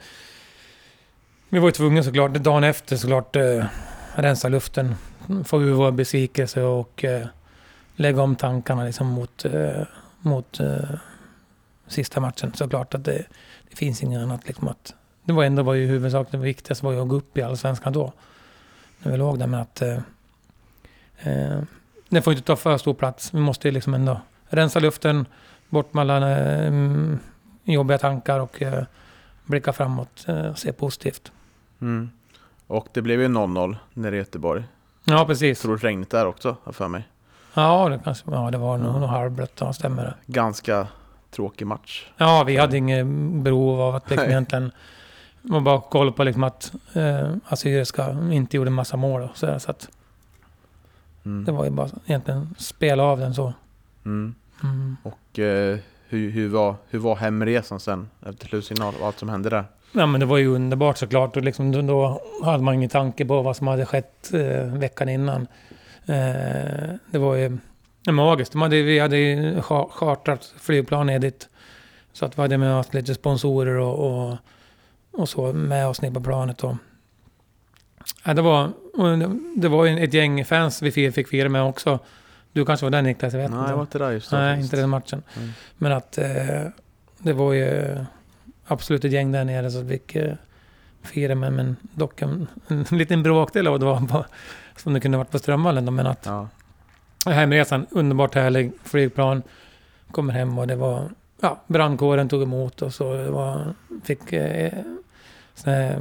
vi var ju tvungna såklart, dagen efter såklart, eh, rensa luften. Få ur vår besvikelse och eh, lägga om tankarna liksom mot, eh, mot eh, sista matchen. Såklart att det, det finns inget annat liksom att... Det var ändå var ju huvudsak, det viktigaste var ju att gå upp i Allsvenskan då. När vi låg där, men att... Eh, eh, det får inte ta för stor plats. Vi måste liksom ändå rensa luften, bort mellan eh, jobbiga tankar och eh, blicka framåt och eh, se positivt. Mm. Och det blev ju noll noll nere i Göteborg. Ja, precis. Tror du regnigt där också, för mig? Ja, det kanske ja, det var nog, nog halvblött, ja, stämmer det. Ganska tråkig match. Ja, vi hade inget behov av att liksom egentligen man bara kolla på liksom att eh, Assyriska inte gjorde en massa mål och så, där, så att Mm. det var ju bara egentligen spela av den så. Mm. Mm. Och eh, hur, hur, var, hur var hemresan sen efter slutsignal och allt som hände där? Ja, men det var ju underbart såklart, och liksom, då, då hade man ingen tanke på vad som hade skett eh, veckan innan. Eh, det var ju magiskt. De hade, vi hade ju chartrat flygplan ner dit, så att vi hade med oss lite sponsorer och, och, och så med oss ner på planet. Och, ja, det var, det var ju ett gäng fans vi fick fira med också. Du kanske var där, Niklas, jag vet Nej, inte. jag var inte där just då. Nej, faktiskt. inte den matchen. Mm. Men att eh, det var ju absolut ett gäng där nere så att vi fick eh, fira med, men dock en, en liten bråkdel av det var på, som det kunde varit på Strömvallen då, men att Ja. hemresan, underbart härlig flygplan, kommer hem och det var, ja, brandkåren tog emot och så det var, fick eh, sån här,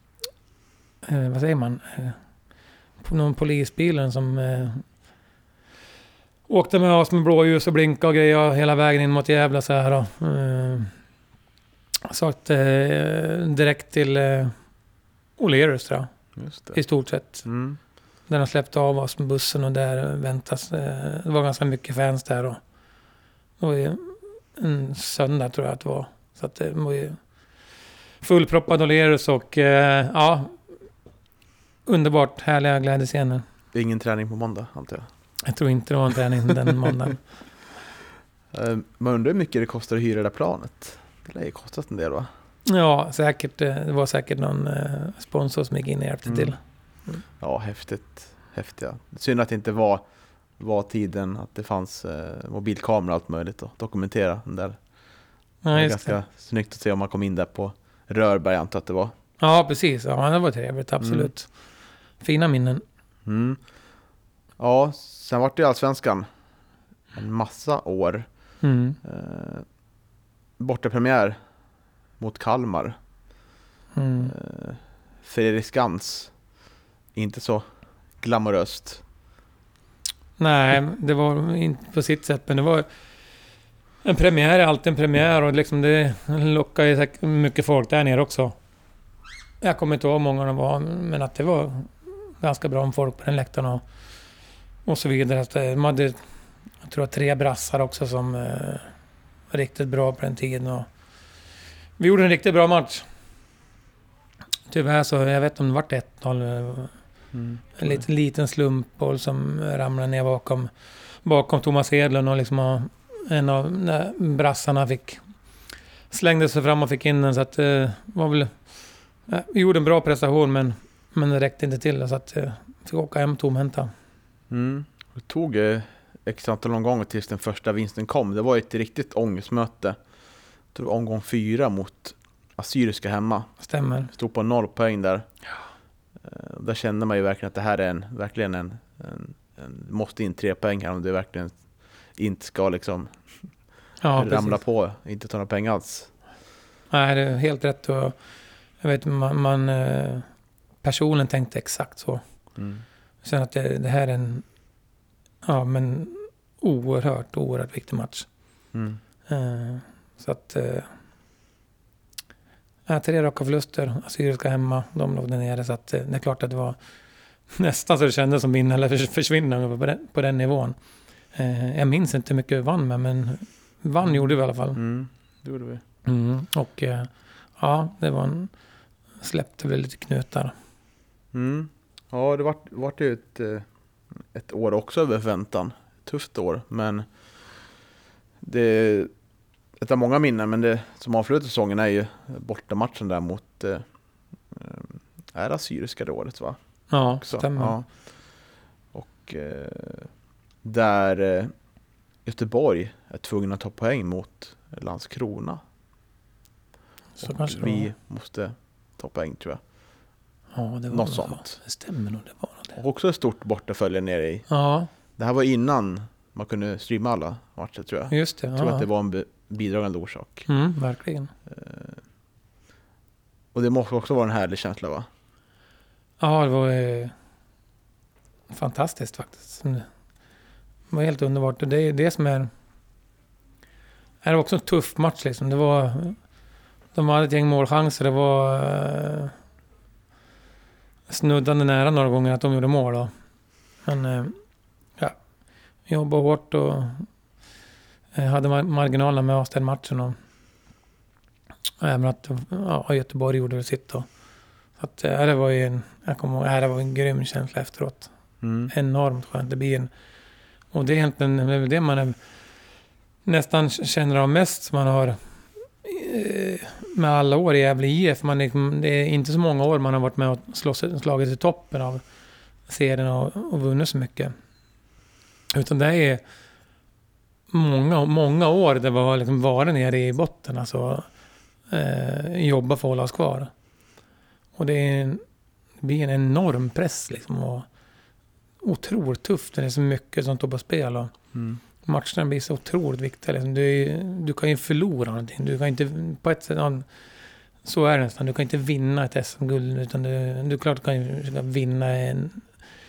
eh, vad säger man, eh, på någon polisbilen som eh, åkte med oss med blåljus och blinka och grejer hela vägen in mot Gävle så här då. Eh, så att eh, direkt till eh, O'Learys, tror jag, Just det. i stort sett. Mm. Där de släppte av oss med bussen och där väntas, eh, det var ganska mycket fans där och det var ju en söndag tror jag att det var. Så att det var ju fullproppad O'Learys och eh, ja, underbart härliga glädjescener. Ingen träning på måndag, antar jag. Jag tror inte det var en träning den måndagen. Uh, man undrar hur mycket det kostar att hyra det där planet. Det lär ju kostat en del, va? Ja, säkert. Det var säkert någon eh, sponsor som gick in och hjälpte Mm. till. Ja, häftigt. Häftiga. Synd att det inte var, var tiden att det fanns eh, mobilkamera och allt möjligt att dokumentera den där. Det Ja, var just ganska det. snyggt att se om man kom in där på Rörberg, antar att det var. Ja, precis. Ja, det var trevligt, absolut. Fina minnen. Mm. Ja, sen var det i Allsvenskan en massa år. Mm. Eh, bortapremiär mot Kalmar. Mm. Eh, Fredrik Skans. Inte så glamoröst. Nej, det var inte på sitt sätt, men det var en premiär, är alltid en premiär och liksom det lockar ju säkert mycket folk där nere också. Jag kommer inte ihåg hur många det var, men att det var ganska bra om folk på den läktaren och, och så vidare. Så de hade, jag tror, tre brassar också som eh, var riktigt bra på den tiden. Och vi gjorde en riktigt bra match. Tyvärr så, jag vet inte om det var ett noll. Mm. En liten, liten slumpboll som ramlade ner bakom, bakom Thomas Hedlund och liksom och en av brassarna fick slängde sig fram och fick in den, så att det eh, var väl eh, vi gjorde en bra prestation, men, men det räckte inte till, så att eh, fick åka hem tomhänta. Mm. Det tog eh, x antal gånger tills den första vinsten kom. Det var ett riktigt ångestmöte. det var omgång fyra mot Assyriska hemma. Stämmer. Stod på noll poäng där. Ja. Uh, där kände man ju verkligen att det här är en, verkligen en, en, en måste in tre poäng här om det verkligen inte ska liksom Ja, ramla precis. på, inte ta några pengar alls. Nej, det är helt rätt. Och jag vet, man, man eh, personen tänkte exakt så. Mm. Sen att det, det här är en ja, men oerhört, oerhört viktig match. Mm. Eh, så att eh, ja, tre raka förluster, Assyriska hemma, de låg där nere. Så att eh, det är klart att det var nästan så det kändes som vinna eller försvinna på den, på den nivån. Eh, jag minns inte hur mycket vi vann med, men vann gjorde vi i alla fall. Mm. Det gjorde vi. Mm, och eh, ja, det var en, släppte väl lite knutar. Mm. Ja, det vart, vart ju ett, eh, ett år också över förväntan. Tufft år, men det ett av många minnen, men det som avslutar säsongen är ju bortamatchen där mot eh, är Assyriska det året, va? Ja, Också. stämmer. Ja. Och eh, där eh, Göteborg är tvungna att ta poäng mot Landskrona. Så och kanske vi det måste ta poäng, tror jag. var. Ja, det var Något nog sånt. Så. Det stämmer nog, det var nog det. Och också ett stort bortafölje nere i. Ja, Det här var innan man kunde streama alla matcher, tror jag. just det. Jag tror Ja. att det var en be- bidragande orsak. Mm, verkligen. Och det måste också vara en härlig känsla, va? Ja, det var eh, fantastiskt faktiskt. Det var helt underbart. Och det är det som är... Det var också en tuff match liksom. Det var... De hade ett gäng målchanser. Det var... Eh, snuddande nära några gånger att de gjorde mål då. Men... Eh, ja. Jobbade hårt och... Eh, hade mar- marginalerna med oss den matchen. Och, och även att ja, Göteborg gjorde det sitt då. Så att, äh, det var ju en, jag kommer ihåg, äh, det var en grym känsla efteråt. Mm. Enormt skönt. Det blir en, och det är egentligen det, är det man är, nästan känner av mest som man har eh, med alla år i Gävle I F. Man är, det är inte så många år man har varit med och slåss, slagit i toppen av serien och, och vunnit så mycket. Utan det är många, många år det var liksom varit nere i botten. Alltså eh, jobba för att hålla oss kvar. Och det, är en, det blir en enorm press liksom, och otroligt tufft. Det är så mycket som står på spel och Mm. matcherna blir så otroligt viktiga. Liksom. Du, du kan ju förlora någonting. Du kan inte, på ett sätt, så är det nästan. Du kan inte vinna ett S M-guld, utan du, du klart kan ju vinna en,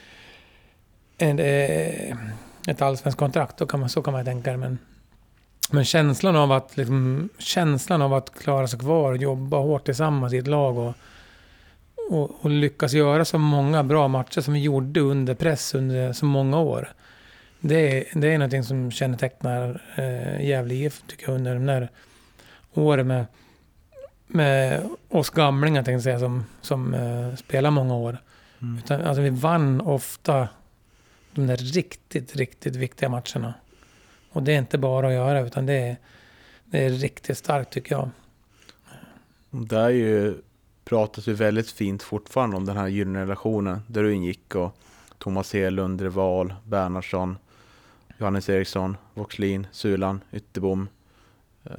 en, ett allsvenskt kontrakt. Då kan man, så kan man tänka det. Men, men känslan av att liksom, känslan av att klara sig kvar och jobba hårt tillsammans i ett lag och Och, och lyckas göra så många bra matcher som vi gjorde under press under så många år. Det är, det är någonting som kännetecknar eh, Gävle I F, tycker jag, under de där åren med, med oss gamlingar, tänkte jag säga, som, som eh, spelar många år. Mm. Utan, alltså, vi vann ofta de där riktigt, riktigt viktiga matcherna. Och det är inte bara att göra, utan det är, det är riktigt starkt, tycker jag. Det är ju pratas ju väldigt fint fortfarande om den här gyllene relationen där du ingick, och Thomas Helund, Reval, Bernhardsson, Johannes Eriksson, Voxlin, Sulan, Ytterbom. Uh,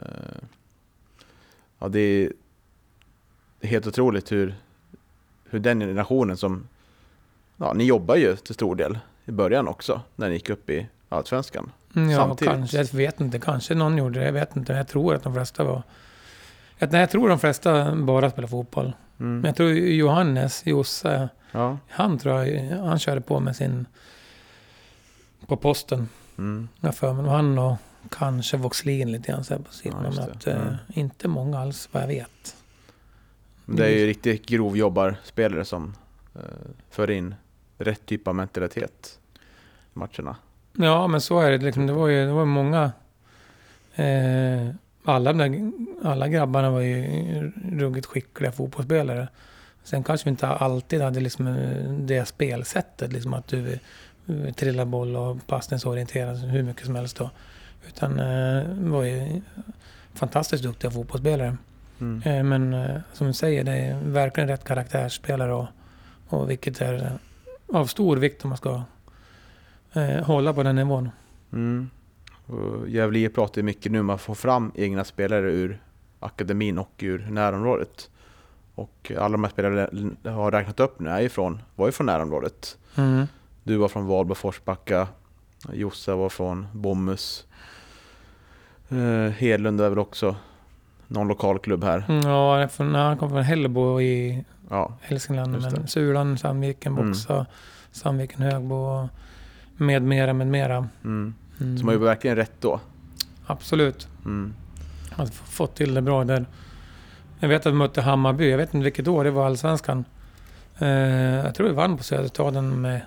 ja, det är, det är helt otroligt hur, hur den generationen som, ja, ni jobbar ju till stor del i början också när ni gick upp i Allsvenskan. Ja, Samtidigt. kanske. Jag vet inte. Kanske någon gjorde det. Jag vet inte. Jag tror att de flesta var... Jag, nej, jag tror de flesta bara spelar fotboll. Mm. Men jag tror Johannes, Josse, Ja. han tror jag, han körde på med sin... På posten. Mm. Jag för mig. Och han och kanske Voxlin lite grann så här på sidan. Ja, men just att, det. eh, Mm. inte många alls, vad jag vet. Det är ju riktigt grovjobbarspelare som uh, för in rätt typ av mentalitet i matcherna. Ja, men så är det. Liksom, det var ju det var många... Eh, alla, där, alla grabbarna var ju ruggigt skickliga fotbollsspelare. Sen kanske vi inte alltid hade liksom det spelsättet. Liksom att du, du trillar boll och passningsorienterad hur mycket som helst då. Utan eh, var ju fantastiskt duktiga fotbollsspelare. Mm. Eh, men eh, som du säger, det är verkligen rätt karaktärsspelare. Och, och vilket är eh, av stor vikt om man ska eh, hålla på den nivån. Mm. Och Gävle pratar ju mycket nu om att få fram egna spelare ur akademin och ur närområdet. Och alla de här spelare jag har räknat upp nu är ifrån, var ju från närområdet. Mm. Du var från Valbo, Forsbacka, Jossa var från Bommus. Uh, Hedlund är väl också någon lokal klubb här. Mm, ja, det är från, han kom från Hällebo i Ja, Hälsingland. just det. Men Sulan, Sandviken, Boxa, Mm. Sandviken, Högbo med mera, med mera. mm. Mm. Så man är ju verkligen rätt då. Absolut. Mm. Har f- fått till det bra där. Jag vet att vi mötte Hammarby. Jag vet inte vilket år det var, Allsvenskan. Eh, jag tror vi vann på Söderstaden med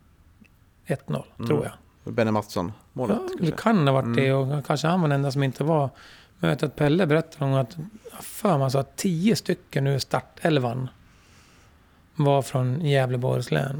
ett noll, Mm. tror jag. Benny Mattsson, målet. Ja, kanske. det kan ha varit Mm. det, och kanske han var den enda som inte var. Men jag vet att Pelle berättade om att för man sa att tio stycken ur startelvan var från Gävleborgs län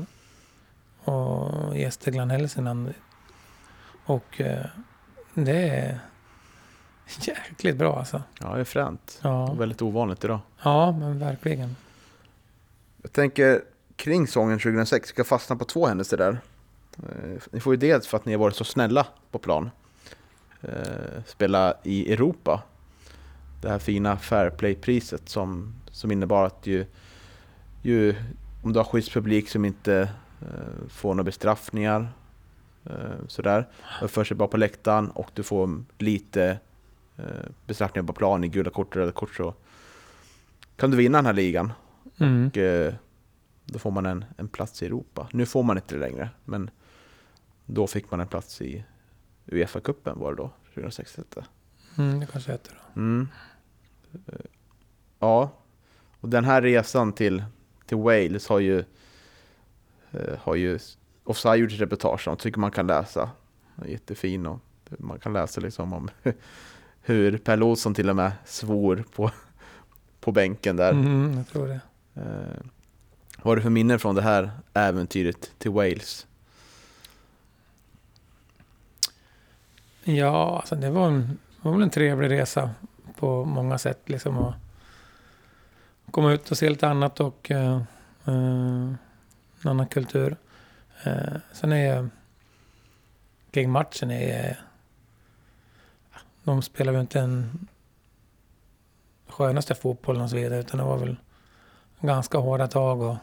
och Gästrikland, Hälsingland. Och eh, det är jäkligt bra alltså. Ja, det är fränt. Ja, Väldigt ovanligt idag. ja men verkligen. Jag tänker kring säsongen tjugohundrasex ska fastna på två händelser där. Eh, Ni får ju dels för att ni har varit så snälla på plan. Eh, Spela i Europa. Det här fina Fairplay-priset som, som innebar att ju, ju, om du har skyddspublik som inte eh, får några bestraffningar eh, sådär, och för sig bara på läktaren och du får lite eh, bestraffningar på plan i gula kort och röda kort, så kan du vinna den här ligan. Mm. Och eh, då får man en, en plats i Europa. Nu får man inte det längre, men då fick man en plats i UEFA-cupen var det då, tjugohundrasex. Mm, det kanske heter då. Mm. Eh, Ja, och den här resan till, till Wales har ju eh, har ju Offside gjort ett reportage om, tycker man kan läsa. Den är jättefin, och man kan läsa liksom om hur Per Olsson till och med svor på, på bänken där. Mm, jag tror det. Eh, vad har du för minnen från det här äventyret till Wales? Ja, alltså det var, en, var väl en trevlig resa på många sätt. Liksom att komma ut och se lite annat och uh, uh, en annan kultur. Uh, sen är uh, kring matchen är uh, de spelar ju inte en skönaste fotbollen och så vidare, utan det var väl ganska hårda tag och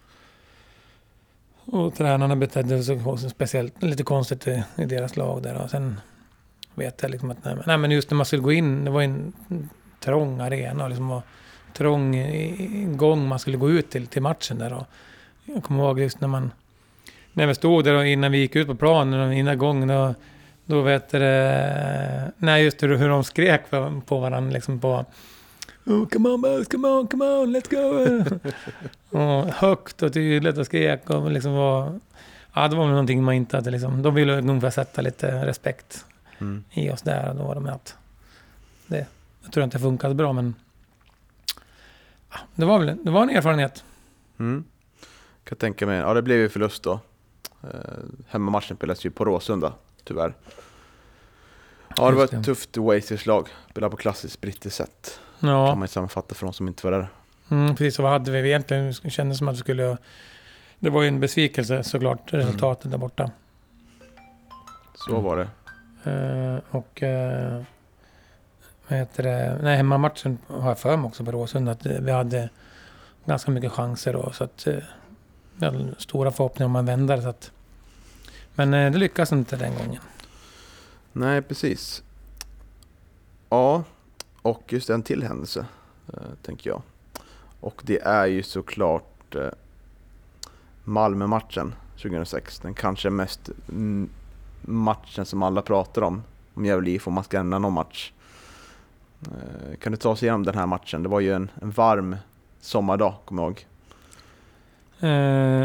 och tränarna betedde sig så speciellt lite konstigt i, i deras lag där. Och sen vet jag liksom att nej, nej, men just när man skulle gå in, det var en trång arena och liksom var trång i- gång man skulle gå ut till, till matchen där. Och jag kommer ihåg just när man när vi stod där och innan vi gick ut på planen och innan gången då, då vet det, nej just hur, hur de skrek på, på varandra liksom på oh, come on boys, come on, come on, let's go. Och högt och tydligt och skrek och liksom var, ja det var väl någonting man inte hade liksom, de ville ungefär sätta lite respekt Mm. i oss där, och då var det med att det, jag tror inte det funkade bra, men ja, det var väl det var en erfarenhet. Mm. Kan tänka mig. Ja, det blev ju förlust då. Eh, hemmamatchen spelades ju på Råsunda, tyvärr. Ja, det var Just ett det. tufft Oasis-lag. Spelade på klassiskt brittiskt sätt. Kan Ja, man ju sammanfatta för de som inte var där. mm, precis så hade vi egentligen, det kändes som att vi skulle, det var ju en besvikelse såklart, resultatet där borta. Så Mm. var det. Eh, och eh, vad heter det? Nej, hemmamatchen har jag för mig också på Råsunda att eh, vi hade ganska mycket chanser då, så att eh, vi hade stora förhoppningar om en vändare, så att, men eh, det lyckas inte den gången. Nej, precis. Ja, och just en till händelse, eh, tänker jag. Och det är ju såklart eh, Malmö-matchen tjugohundrasex. Den kanske mest mm, matchen som alla pratar om, om Gävle I F, om man ska ändra någon match. Eh, kan du ta oss igenom den här matchen? Det var ju en, en varm sommardag, kommer jag ihåg. Eh,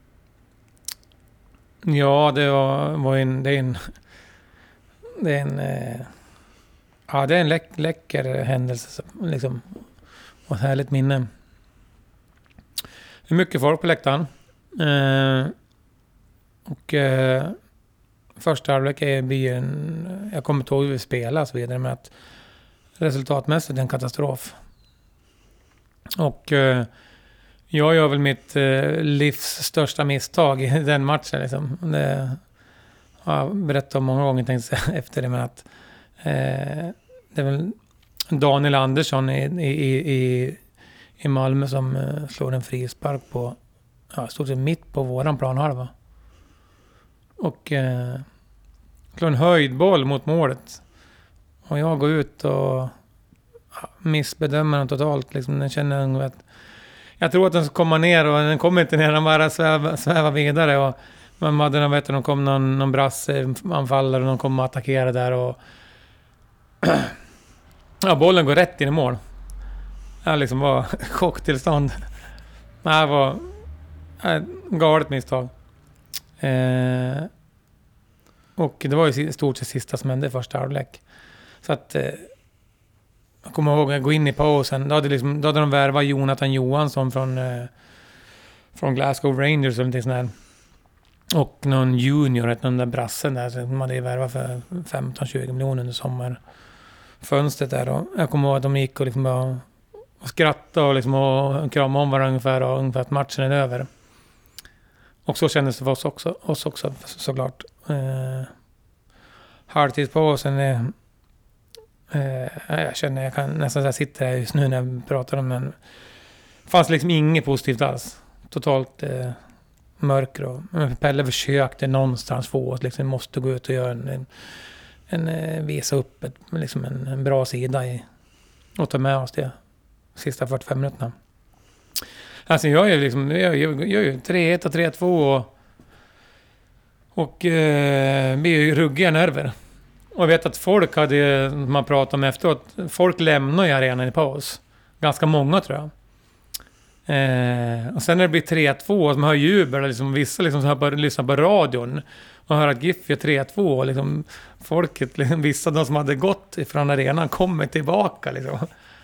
ja, det var, var en, det är en, det är en, eh, ja, det är en läck, läcker händelse liksom, och ett härligt minne. Det är mycket folk på läktaren. Eh, och eh, första halvlek är blir en, jag kommer inte ihåg hur vi spelar och så vidare, med att resultatmässigt är en katastrof. Och eh, jag gör väl mitt eh, livs största misstag i den matchen. Liksom. Det har jag berättat om många gånger, tänkte jag, efter det, med att eh, det är väl Daniel Andersson i, i, i, i Malmö som uh, slår en frispark på, ja, stod sig mitt på våran planhalva. Och uh, slår en höjdboll mot målet. Och jag går ut och ja, missbedömer den totalt. Liksom, den känner att jag tror att den ska komma ner och den kommer inte ner. Den bara svävar, svävar vidare. Och man hade, vet, de kom någon, någon brasse anfallare och de kom att attackera där. Och ja, bollen går rätt in i mål. Det liksom var chocktillstånd. Det var ett galet misstag. Eh, och det var ju stort sett sista som hände i första halvlek. Så att eh, jag kommer ihåg att gå in i pausen. Då hade, liksom, då hade de värvat Jonathan Johansson från, eh, från Glasgow Rangers eller någonting sånt där. Och någon junior, ett någon där brassen där. Så de hade ju värvat för femton tjugo miljoner under sommarfönstret där. Och jag kommer ihåg att de gick och, liksom bara, och skrattade och, liksom och kramade om varandra ungefär, och ungefär att matchen är över. Och så kändes det för oss också, oss också såklart. Eh, halvtidspausen är... Eh, jag känner jag kan nästan så här sitta här just nu när jag pratar om den. Det fanns liksom inget positivt alls. Totalt eh, mörker. Och, Pelle försökte någonstans få oss liksom, måste gå ut och göra en, en, en eh, visa upp ett, liksom en, en bra sida i, och ta med oss det sista fyrtiofem minuterna. Alltså jag är liksom jag gör ju tre ett och tre två och och eh, blir ju ruggiga nerver. Och jag vet att folk hade, man pratade om efteråt, folk lämnar ju arenan i paus. Ganska många tror jag. Eh, och sen när det blir tre två och man hör jubel, liksom, vissa liksom så här bara lyssnar på radion och hör att GIF är tre två och liksom, folket, liksom, vissa de som hade gått ifrån arenan kommer tillbaka. Liksom.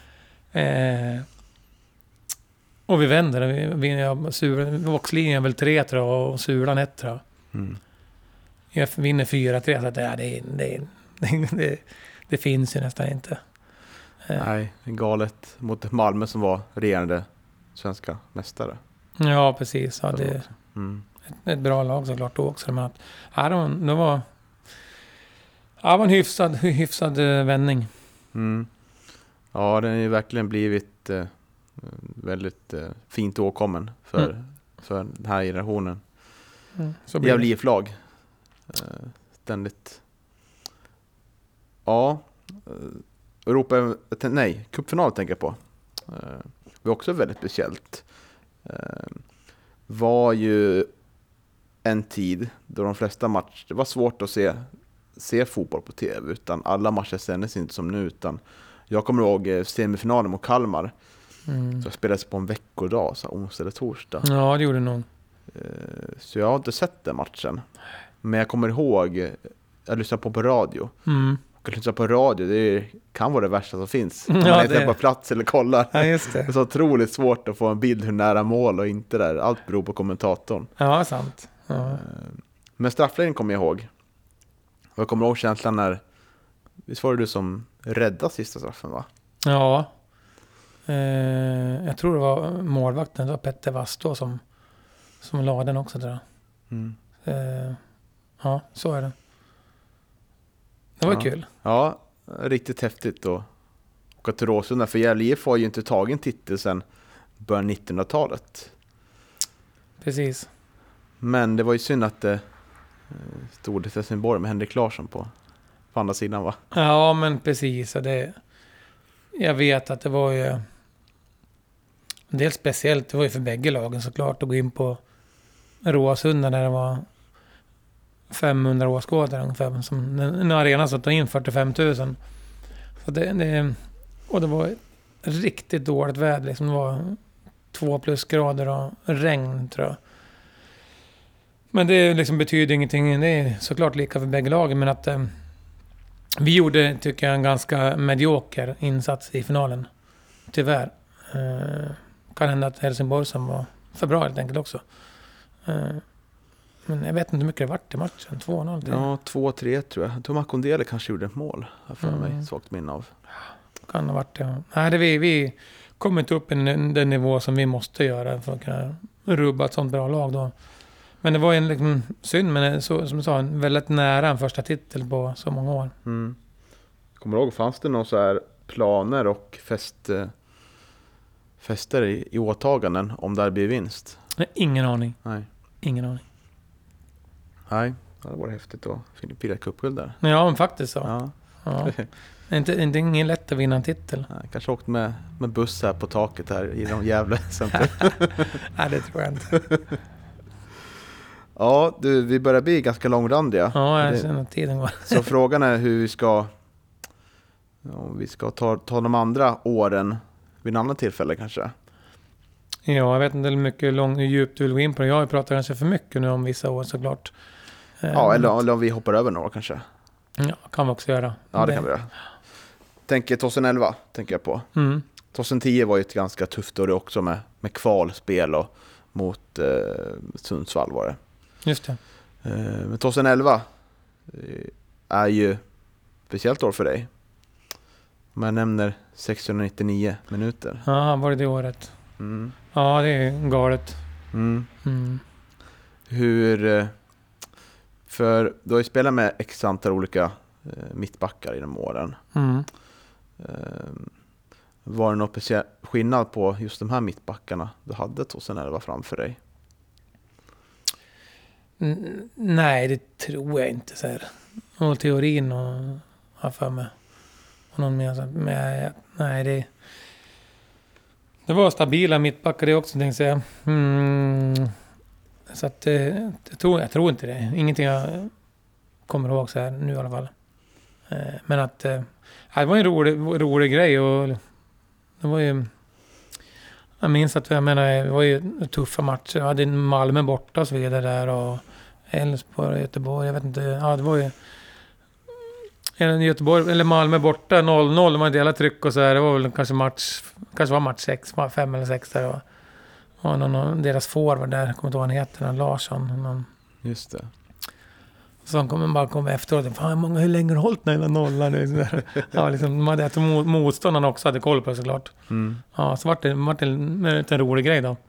Eh, och vi vänder. Vi, vi, ja, sur, Voxlinjen är väl tre tror jag, och Sulan ett tror jag. Mm. Jag vinner fyra tre, så att ja, det, det, det, det, det finns ju nästan inte. Nej, galet mot Malmö som var regerande svenska mästare. Ja, precis. Ja, det mm. ett, ett bra lag såklart då också. Men att, ja, de, de var, ja, det var en hyfsad, hyfsad vändning. Mm. Ja, den har ju verkligen blivit eh, väldigt eh, fint åkommen för, mm. för den här generationen. Mm. Så blir det. Lag. Uh, ständigt. Ja. Uh, Europa, nej, cupfinal tänker jag på. Uh, det var också väldigt speciellt. Uh, var ju en tid då de flesta matcher, det var svårt att se, se fotboll på tv, utan alla matcher sändes inte som nu, utan jag kommer ihåg semifinalen mot Kalmar. Mm. Så spelades på en veckodag, så onsdag eller torsdag. Ja, det gjorde nog. Uh, så jag har inte sett den matchen. Men jag kommer ihåg, jag lyssnade på på radio. Mm. Och att lyssna på radio, det är, kan vara det värsta som finns. Om ja, man inte är på plats eller kollar. Ja, just det. Det är så otroligt svårt att få en bild hur nära mål och inte där. Allt beror på kommentatorn. Ja, sant. Ja. Men straffläggningen kommer jag ihåg. Och jag kommer ihåg känslan när, visst var det du som räddade sista straffen, va? Ja. Eh, jag tror det var målvakten, det var Petter Vastå som, som la den också, tror jag. Mm. Eh, Ja, så är det. Det var ja. kul. Ja, riktigt häftigt att åka till Råsunda. För Gävle I F har ju inte tagit en titel sedan början nittonhundratalet. Precis. Men det var ju synd att det stod i Helsingborg med Henrik Larsson på, på andra sidan, va? Ja, men precis. Det, jag vet att det var ju dels speciellt, det var ju för bägge lagen såklart att gå in på Råsunda när det var femhundra åskådare ungefär, som en arena som tog in fyrtiofem tusen. Så det, det, och det var ett riktigt dåligt väder. Liksom det var två plusgrader och regn, tror jag. Men det liksom betyder ingenting. Det är såklart lika för bägge lagen, men att eh, vi gjorde, tycker jag, en ganska medioker insats i finalen. Tyvärr. Eh, kan hända att Helsingborg som var för bra helt enkelt också. Eh, Men jag vet inte hur mycket det vart i matchen. två noll. Ja, två tre tror jag. Jag tror Makondele kanske gjorde ett mål. Här för mm. mig. Svagt minne av. Kan ha varit det. Ja. Nej, det vi, vi kommer inte upp i den, den nivå som vi måste göra för att kunna rubba ett sånt bra lag då. Men det var en liksom synd, men så, som jag sa, en väldigt nära en första titel på så många år. Mm. Kommer du ihåg, fanns det någon så här planer och fest, eh, fester i, i åtaganden om det blir vinst? Nej, ingen aning. Nej. Ingen aning. Nej, det var häftigt att fira ett cupguld där. Ja, men faktiskt så. Ja. Ja. Det är inte, inte ingen lätt att vinna en titel. Nej, kanske åkt med, med buss här på taket här i de Gävle centrum. Nej, det tror jag inte. Ja, du, vi börjar bli ganska långrandiga. Ja, jag Det- känner att tiden går. Så frågan är hur vi ska, om vi ska ta, ta de andra åren vid en annan tillfälle kanske. Ja, jag vet inte hur mycket lång, hur djupt du vill gå in på det. Jag har ju pratat kanske för mycket nu om vissa år såklart. Ja, Eh, eller, eller om vi hoppar över några kanske. Ja, kan vi också göra. Ja, det kan vi göra. Tänker tjugoelva, tänker jag på. Mm. tjugohundratio var ju ett ganska tufft år också med, med kvalspel och mot eh, Sundsvall var det. Just det. Eh, men tjugoelva eh, är ju ett speciellt år för dig. Om jag nämner sexhundranittionio minuter. Ja, var det det året? Mm. Ja, det är galet. Mm. Mm. Hur, eh, för du har ju spelat med x antal olika eh, mittbackar genom åren. Mm. Eh, var det någon speciell skillnad på just de här mittbackarna du hade tjugoelva framför dig? N- nej, det tror jag inte. Så här. Och teorin och har för mig. Och någon mer. så- Men nej, det... Det var stabila mittbackar det också, tänkte jag. Mm. Så att eh, jag tror, jag tror inte det. Ingenting jag kommer ihåg så här nu i alla fall. Eh, Men att eh, det var en rolig, rolig grej och det var ju... Jag minns att jag menar, det var ju tuffa matcher. Jag hade Malmö borta och så vidare där och Elfsborg och Göteborg. Jag vet inte. Ja, det var ju Göteborg eller Malmö borta noll noll. De hade delat tryck och så här. Det var väl kanske match, kanske var match sex, fem eller sex där. Och, och någon av deras forward där, jag kommer inte ihåg vad han heter, någon Larsson. Någon, Just det. så han kom bara kom efteråt. Fan, många, hur länge har du hållit den här nollan nu? Så där. Ja, liksom, de hade, jag tror motståndarna också hade koll på det såklart. Mm. Ja, så vart det, vart det en, en rolig grej då.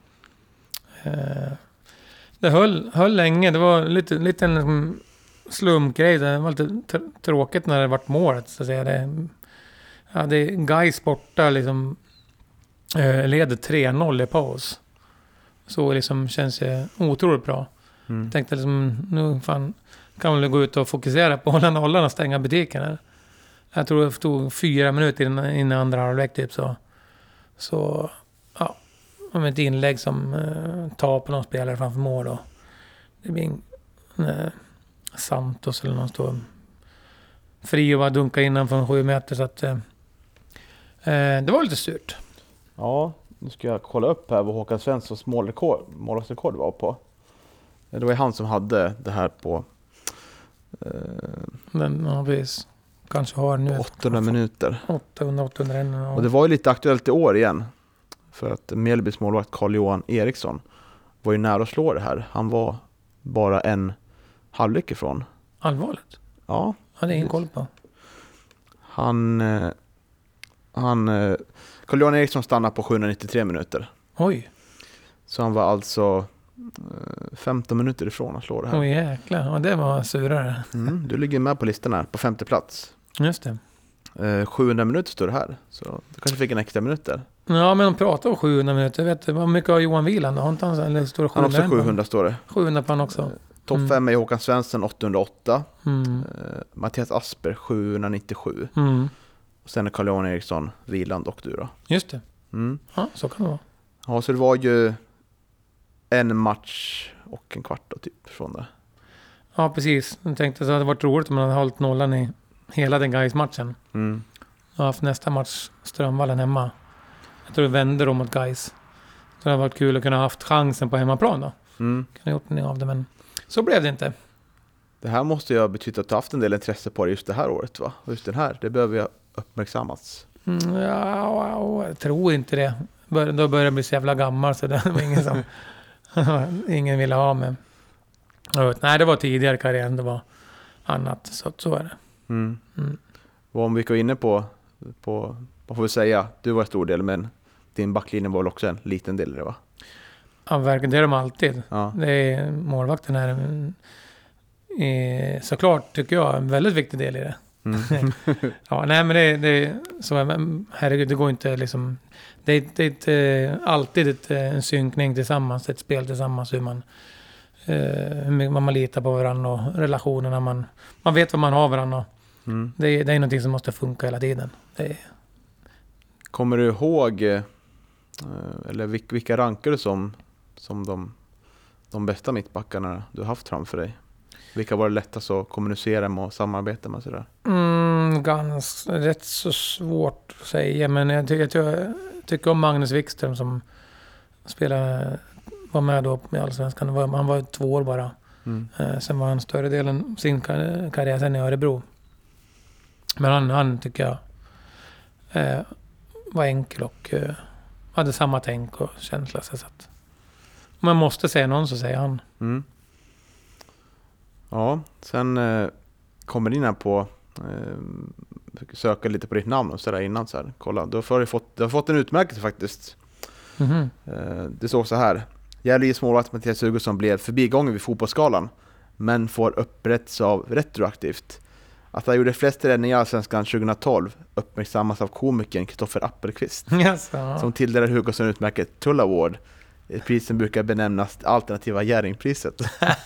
Eh, det höll, höll länge. Det var lite, lite en liksom, slumgrej. Det var lite tr- tråkigt när det vart målet. Så att säga. Det, ja, det är Gais borta liksom, eh, leder tre noll i paus. Så liksom känns det otroligt bra. Mm. Jag tänkte liksom, nu fan, kan man gå ut och fokusera på att hålla nollan och stänga butiken här. Jag tror det tog fyra minuter innan, innan andra halvlek typ så. Så, ja. Om ett inlägg som eh, tar på någon spelare framför mål då. Det blir en eh, Santos eller någon står fri och bara dunka innan från sju meter så att eh, eh, det var lite surt. Ja, nu ska jag kolla upp här vad Håkan Svenssons målrekord, målrekord var på. Det var ju han som hade det här på eh, Men ja, precis. Kanske har nu åttahundra minuter. åttahundra åttahundraen. Ja. Och det var ju lite aktuellt i år igen. För att Mjällbys målvakt Carl-Johan Eriksson var ju nära att slå det här. Han var bara en halvlek ifrån. Allvarligt? Ja, Ja, det är ingen koll på. han... Eh, han eh, Carl-Johan Eriksson stannade på sjuhundranittiotre minuter. Oj, Så han var alltså eh, femton minuter ifrån att slå det här. oj jäklar. Ja, det var surare. Mm, du ligger med på listan här, på femte plats. Just det. Eh, sjuhundra minuter står det här. Så du kanske fick en extra minuter. Ja, men de pratar om sjuhundra minuter. Jag vet du, vad mycket har Johan Wieland? Har inte han så- eller står det Han har sjuhundra? också sjuhundra står det. sjuhundra på han också. Topp Mm. fem är Håkan Svensson åttahundraåtta. Mm. Eh, Mattias Asper sjuhundranittiosju. Mm. Och sen är Carl-Johan Eriksson, Wieland och du då. Just det. Mm. Ja, så kan det vara. Ja, så det var ju en match och en kvart då, typ från det. Ja, precis. Jag tänkte att det hade varit roligt om man hade hållit nollan i hela den Gais-matchen. Mm. Och haft nästa match Strömvallen hemma. Jag tror det vände då mot Gais. Så det hade varit kul att kunna ha haft chansen på hemmaplan då. Mm. Kunna gjort någonting av det, men så blev det inte. Det här måste ju ha betytt att du haft en del intresse på det just det här året, va? Och just den här, det behöver ju ha uppmärksammats. Mm, ja, ja, jag tror inte det. Bör, då börjar jag bli så jävla gammal så det var ingen som ingen ville ha med. Nej, det var tidigare karriären, det var annat. Så, så är det. Mm. Mm. Och om vi går inne på, på, vad får vi säga, du var en stor del, men din backlinje var väl också en liten del i det, va? Ja, verkligen. Det är de alltid. Ja. Det är målvakten här. mm, är, såklart tycker jag en väldigt viktig del i det. Mm. Ja, nej men det, det så men herregud, det går inte liksom. Det, det är ett, alltid ett, en synkning tillsammans, ett spel tillsammans, hur man hur mycket man litar på varandra och relationerna, man man vet vad man har varandra. Mm. Det, det är någonting som måste funka hela tiden. Det är... Kommer du ihåg eh, eller vilka, vilka rankar du som som de de bästa mittbackarna du har haft framför dig? Vilka var det lättast att kommunicera med och samarbeta med sådär? Mm, ganska rätt så svårt att säga, men jag tycker, jag tycker om Magnus Wikström som spelade, var med då i Allsvenskan. Han var två år bara. Mm. Sen var han större delen sin karriär sen i Örebro. Men han, han tycker jag eh, var enkel och eh, hade samma tänk och känsla. Så att om man måste säga någon så säger han. Mm. Ja, sen eh, kommer in här på eh, söka lite på ditt namn och sådär innan så här. Kolla, du har fått, du har fått en utmärkelse faktiskt. Mm-hmm. Eh, det står så här. Gävle I S målvakt Mattias Hugosson blev förbigången vid fotbollsskalan, men får upprättelse av retroaktivt. Att han gjorde flest räddningar i Allsvenskan tjugohundratolv uppmärksammas av komikern Kristoffer Appelqvist, Yes, ja. som tilldelar Hugosson utmärket Tull Award. Prisen brukar benämnas alternativa Jerringpriset.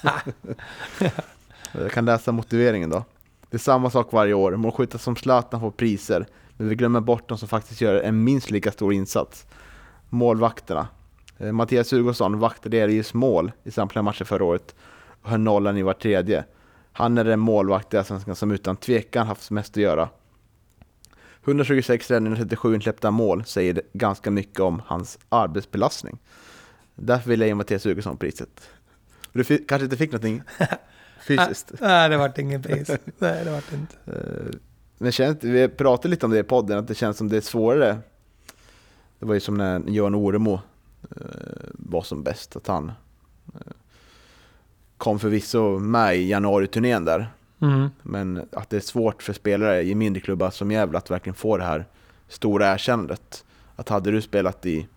Jag kan läsa motiveringen då. Det är samma sak varje år. Målskyttar som Zlatan får priser, men vi glömmer bort de som faktiskt gör en minst lika stor insats. Målvakterna. Eh, Mattias Hugosson vaktade I S mål i samtliga matcher förra året och höll nollan i var tredje. Han är den målvakt i Allsvenskan som utan tvekan haft mest att göra. etthundratjugosex räddningar och trettiosju insläppta mål säger ganska mycket om hans arbetsbelastning. Därför vill jag ge Mattias Hugosson priset. Du f- kanske inte fick någonting fysiskt? Nej, det vart ingen pris. Nej, det vart inte. Men känns, vi pratade lite om det i podden, att det känns som det är svårare. Det var ju som när Johan Oremo var som bäst, att han kom förvisso med i januari-turnén där. Mm. Men att det är svårt för spelare i mindre klubbar som Gävle att verkligen få det här stora erkännandet. Att hade du spelat i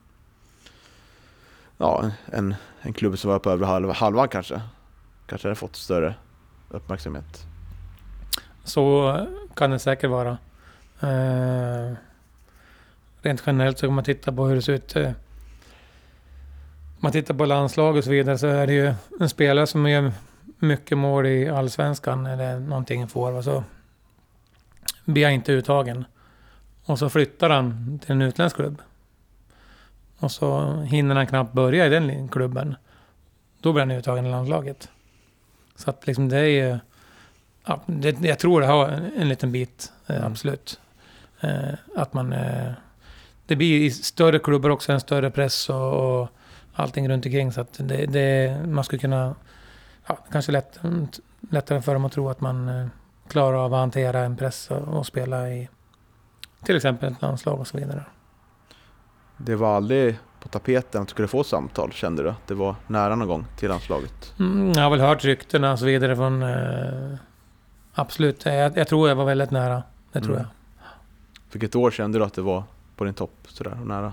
ja, en, en klubb som var på över halva, halvan kanske kanske hade fått större uppmärksamhet. Så kan det säkert vara. Eh, rent generellt så kan man titta på hur det ser ut. Eh, man tittar på landslag och så vidare, så är det ju en spelare som gör mycket mål i Allsvenskan eller någonting får, så blir han inte uttagen. Och så flyttar han till en utländsk klubb. Och så hinner han knappt börja i den klubben. Då blir han uttagen i landslaget. Så att liksom det är, ja, det, jag tror det har en, en liten bit, eh, Mm. absolut. Eh, att man, eh, det blir i större klubbar också en större press och, och allting runt omkring. Så att det, det, man skulle kunna, ja, kanske lätt, lättare för dem att tro att man eh, klarar av att hantera en press och, och spela i till exempel ett landslag och så vidare. Det var aldrig på tapeten att du skulle få samtal, kände du? Det var nära någon gång till landslaget. Mm, jag har väl hört ryktena och så vidare från eh, absolut, jag, jag tror jag var väldigt nära. Det tror Mm. jag. Vilket år kände du att det var på din topp sådär och nära?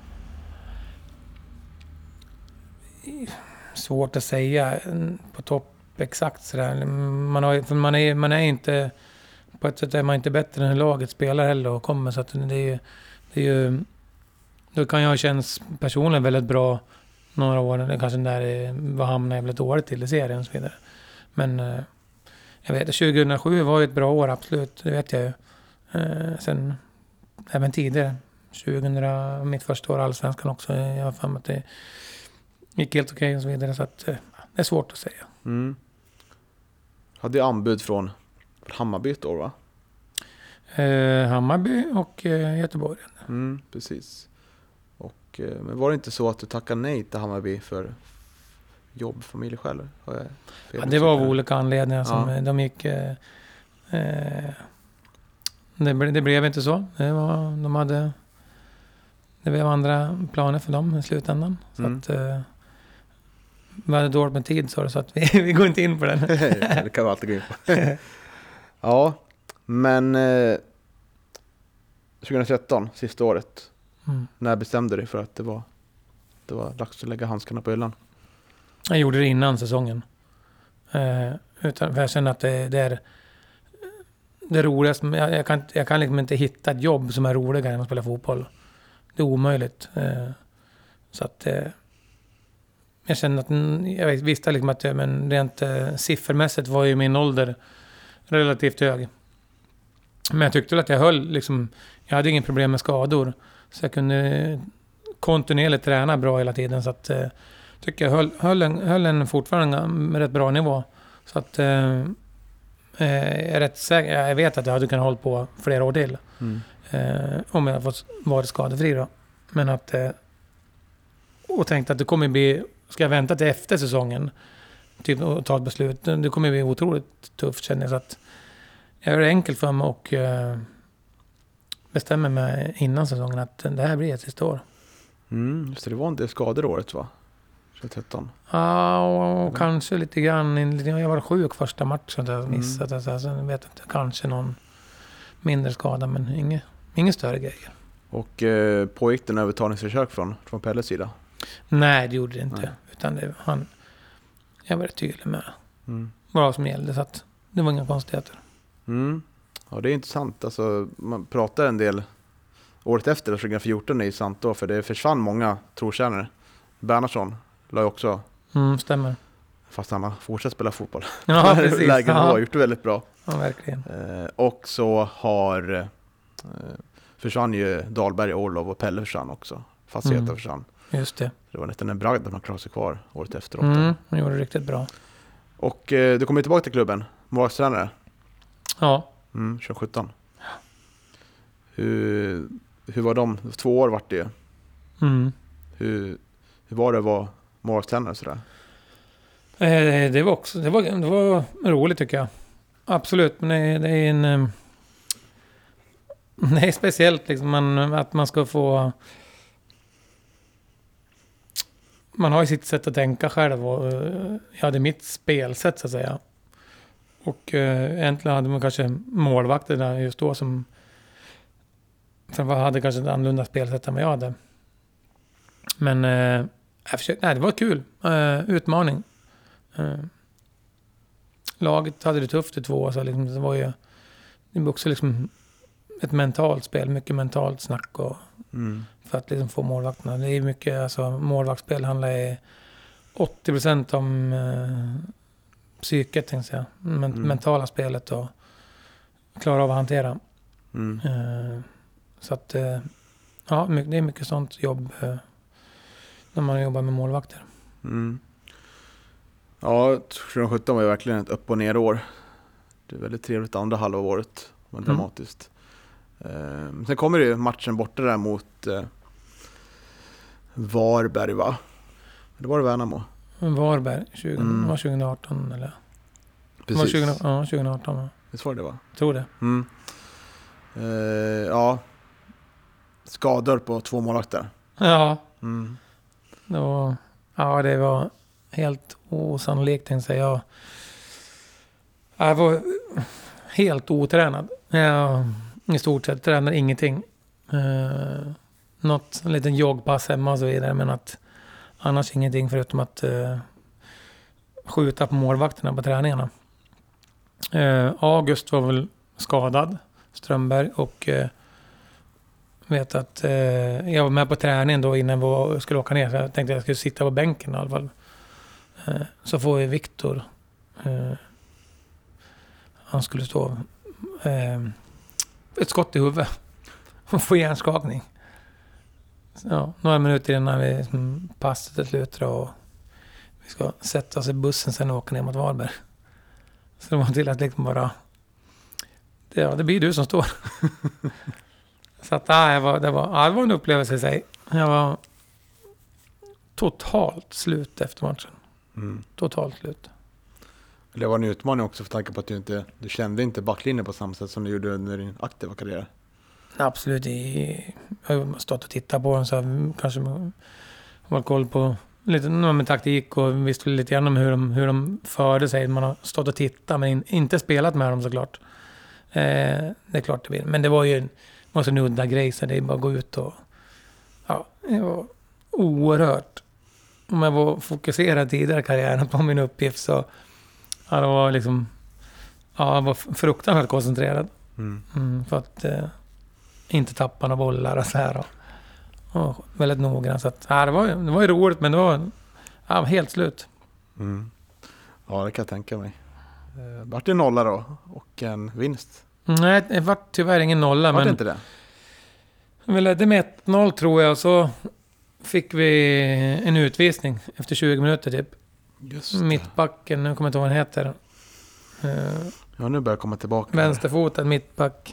Svårt att säga på topp exakt sådär. Man, har, för man, är, man är inte, på ett sätt är man inte bättre än laget spelar heller och kommer, så att det är ju, det är ju, då kan jag kännas personligen väldigt bra några år, kanske när var hamnade väldigt dåligt till i serien och så vidare. Men eh, jag vet, tjugohundrasju var ju ett bra år, absolut, det vet jag ju. Eh, sen även tidigare, tjugohundra, mitt första år i Allsvenskan också, jag har för mig att det gick helt okej och så vidare, så att eh, det är svårt att säga. Mm. Hade jag anbud från Hammarby ett år, va? Eh, Hammarby och eh, Göteborg. Mm, precis. Och, eh, men var det inte så att du tackade nej till Hammarby för jobb, familjeskäl? Har jag fel? Ja, det var av olika anledningar som Ja. de gick... Eh, eh, det, ble, det blev inte så. Det var, de hade... Det blev andra planer för dem i slutändan. Så Mm. att... Eh, vi hade dåligt med tid, så, så att vi, vi går inte in på den. Det kan vi alltid gå in på. Ja, men eh, tjugohundratretton, sista året, Mm. när bestämde du dig för att det var, det var dags att lägga handskarna på hyllan? Jag gjorde det innan säsongen. Eh, utan, för jag känner att det, det är... det roligaste, jag, jag, kan, jag kan liksom inte hitta ett jobb som är roligare än att spela fotboll. Det är omöjligt. Eh, så att eh, jag kände att, jag visste liksom att men rent eh, siffermässigt var ju min ålder relativt hög. Men jag tyckte väl att jag höll liksom, jag hade ingen problem med skador. Så jag kunde kontinuerligt träna bra hela tiden. Så att eh, tycker jag höll, höll, en, höll en fortfarande med rätt bra nivå. Så att eh, jag är rätt säker, jag vet att jag hade kunnat hålla på flera år till. Mm. Eh, om jag fått vara skadefri då. Men att eh, och tänkte att det kommer bli, ska jag vänta till efter säsongen typ, och ta ett beslut, det kommer bli otroligt tufft känner jag. Så att jag gör det enkelt för mig och eh, bestämmer mig innan säsongen att det här blir ett sista år. Mm, just det, det var inte skador året va? tjugotretton. Ja, och mm. kanske lite grann. Jag var sjuk första matchen så jag missade. Mm. Så jag vet inte, kanske någon mindre skada men inget, inget större grejer. Och eh, pågick den övertalningsförsök från, från Pelles sida? Nej, det gjorde det inte. Nej. Utan det, han, jag var rätt tydlig med mm. vad som gällde så att det var inga konstigheter. Mm. Ja, det är intressant. Alltså, man pratar en del året efter, tjugofjorton är ju sant då, för det försvann många trotjänare. Bernhardsson la ju också, mm, stämmer. fast han har fortsatt spela fotboll. Ja, precis. Lägen ja. har gjort det väldigt bra. Ja, verkligen. Eh, och så har eh, försvann ju Dahlberg, Orlov och Pelle försvann också. Fast mm. försvann. Just det. Det var nästan en bragd att man klarade sig kvar året efter. Mm, han gjorde det riktigt bra. Och eh, du kommer tillbaka till klubben, målvaktstränare. Ja. Mm, tjugosjutton. Hur, hur var de? Två år vart det. Mm. Hur, hur var det att vara målvaktstränare sådär? Eh, det var också det var, det var roligt tycker jag. Absolut, men det, det är en eh, det är speciellt liksom man, att man ska få man har ju sitt sätt att tänka själv och jag hade mitt spelsätt så att säga. Och eh, egentligen hade man kanske målvakter där just då som som hade kanske ett annorlunda spelsätt än vad jag hade. Men eh, jag försökte, nej, det var kul. Eh, utmaning. Eh, laget hade det tufft i två år så liksom, det var ju det var också liksom ett mentalt spel, mycket mentalt snack och mm. för att liksom få målvakterna. Det är mycket, alltså målvaktsspel handlar i åttio procent om eh, psyket, tänkte jag. Men, mm. mentala spelet och klara av att hantera. Mm. Eh, så att eh, ja, det är mycket sånt jobb eh, när man jobbar med målvakter. Mm. Ja, tjugosjutton var ju verkligen ett upp- och ner år. Det är väldigt trevligt andra halva året. Det var dramatiskt. Mm. Eh, sen kommer det ju matchen borta där mot eh, Varberg va? Det var det Värnamo. Varberg, tjugo, mm. var tjugoarton eller? Precis. Var tjugo, ja, tjugoarton. Ja. Visst var det va? Jag tror det. Mm. Eh, ja. Skador på två målvakter. Ja. Mm. Det var, ja, det var helt osannolikt, tänkte jag. Jag var helt otränad. Jag i stort sett tränade ingenting. Eh, något, en liten joggpass hemma och så vidare, men att annars ingenting förutom att eh, skjuta på målvakterna på träningarna. Eh, August var väl skadad, Strömberg, och eh, vet att eh, jag var med på träningen då innan jag skulle åka ner, så jag tänkte att jag skulle sitta på bänken i alla fall. Eh, så får vi Viktor. Eh, han skulle stå eh, ett skott i huvudet och få hjärnskakning. Så, ja, några minuter innan vi liksom, passet är slut och vi ska sätta oss i bussen sen och åka ner mot Varberg. Så det var till att liksom bara det, ja, det blir du som står. Så att ja, jag var, det, var, ja, det var en upplevelse i sig. Jag var totalt slut efter matchen. Mm. Totalt slut. Det var en utmaning också för tanke på att du inte du kände inte backlinjen på samma sätt som du gjorde under din aktiva karriär. Absolut. I, jag har stått och tittat på den så jag kanske har koll på lite med taktik och visste lite grann om hur de, hur de förde sig. Man har stått och tittat men inte spelat med dem såklart. Eh, det är klart det blir. Men det var ju en, var så en udda grej så det är bara att gå ut och ja, det var oerhört. Om jag var fokuserad tidigare i karriären på min uppgift så ja, det var liksom ja, jag var fruktansvärt koncentrerad. Mm. Mm, för att eh, inte tappa några bollar och så här. Och, och väldigt noggrann. Så att, ja, det, var, det var ju roligt, men det var ja, helt slut. Mm. Ja, det kan jag tänka mig. Eh, vart det nolla då? Och en vinst? Nej, det var tyvärr ingen nolla. Vart Men det inte det? vi ledde med ett noll tror jag. Och så fick vi en utvisning efter tjugo minuter typ. Just det. Mittbacken, nu kommer jag inte ihåg vad han heter. Eh, Ja, nu börjar jag komma tillbaka. vänsterfoten, mittback.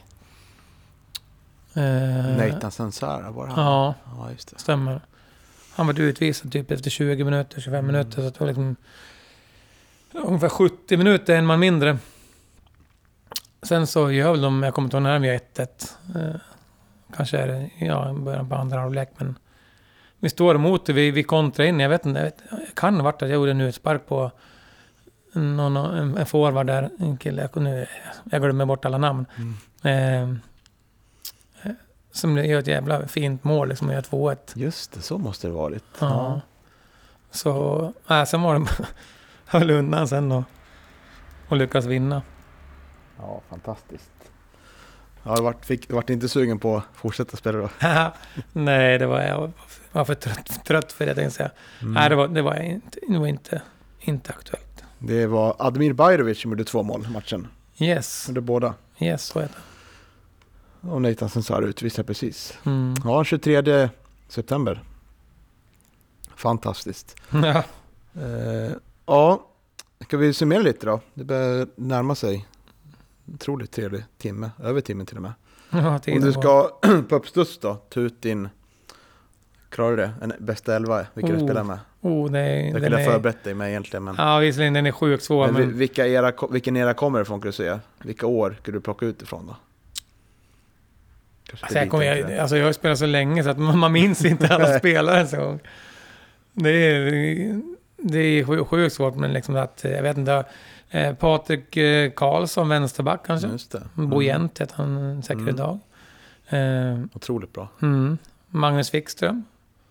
Eh, Nathan Sansara, var det han? Ja, Ja, just det. stämmer. Han var utvisad typ efter tjugo minuter, tjugofem Mm. minuter. Så det var liksom ungefär sjuttio minuter, en man mindre. Sen så gör väl de, jag kommer inte ihåg när vi har ett ett. Eh, kanske är det, ja, början på andra halvlek, men vi står emot det, vi, vi kontrar in. Jag vet inte, jag vet, jag kan ha varit att jag gjorde en utspark på någon, en, en forward där, en kille, jag, nu, jag glömmer bort alla namn. Mm. Eh, som gör ett jävla fint mål, liksom, och gör två ett. Just det, så måste det varit. Ja. Så, äh, sen var det höll undan sen och, och lyckas vinna. Ja, fantastiskt. Ja, du vart, fick, du vart inte sugen på att fortsätta spela då? Nej, det var jag var för trött, trött för det, tänkte jag säga. Mm. Nej, det var, det var, inte, det var inte, inte aktuellt. Det var Admir Bajrovic som gjorde två mål i matchen. Yes, Gjorde båda. yes, så heter Och Nathan Sansara utvisade precis. det. Mm. Ja, tjugotredje september. Fantastiskt. Ja. Eh, ja, ska vi summera lite då? Det börjar närma sig. Otroligt trevlig timme. Över timmen till och med. Ja, Om tiden du går. ska på uppstuds då, ta ut din... Klarar du det? En bästa elva, vilka du Oh, spelar med? Oh, det är, Jag den kunde är, ha förberett dig med egentligen, men... Ja, visserligen den är sjukt svår, men men... vi- vilka era, vilken era kommer det ifrån, kan du säga? Vilka år skulle du plocka ut ifrån då? Kanske Alltså jag, lite kommer, enklare. jag, alltså jag har spelat så länge så att man, man minns inte alla spelare en gång. Det är, det är sjukt sjuk svårt, men liksom att, jag vet inte, eh, Patrik eh, Karlsson, vänsterback kanske. Just det. Bojent heter han säkert Mm. idag. Eh, Otroligt bra. mm. Magnus Wikström.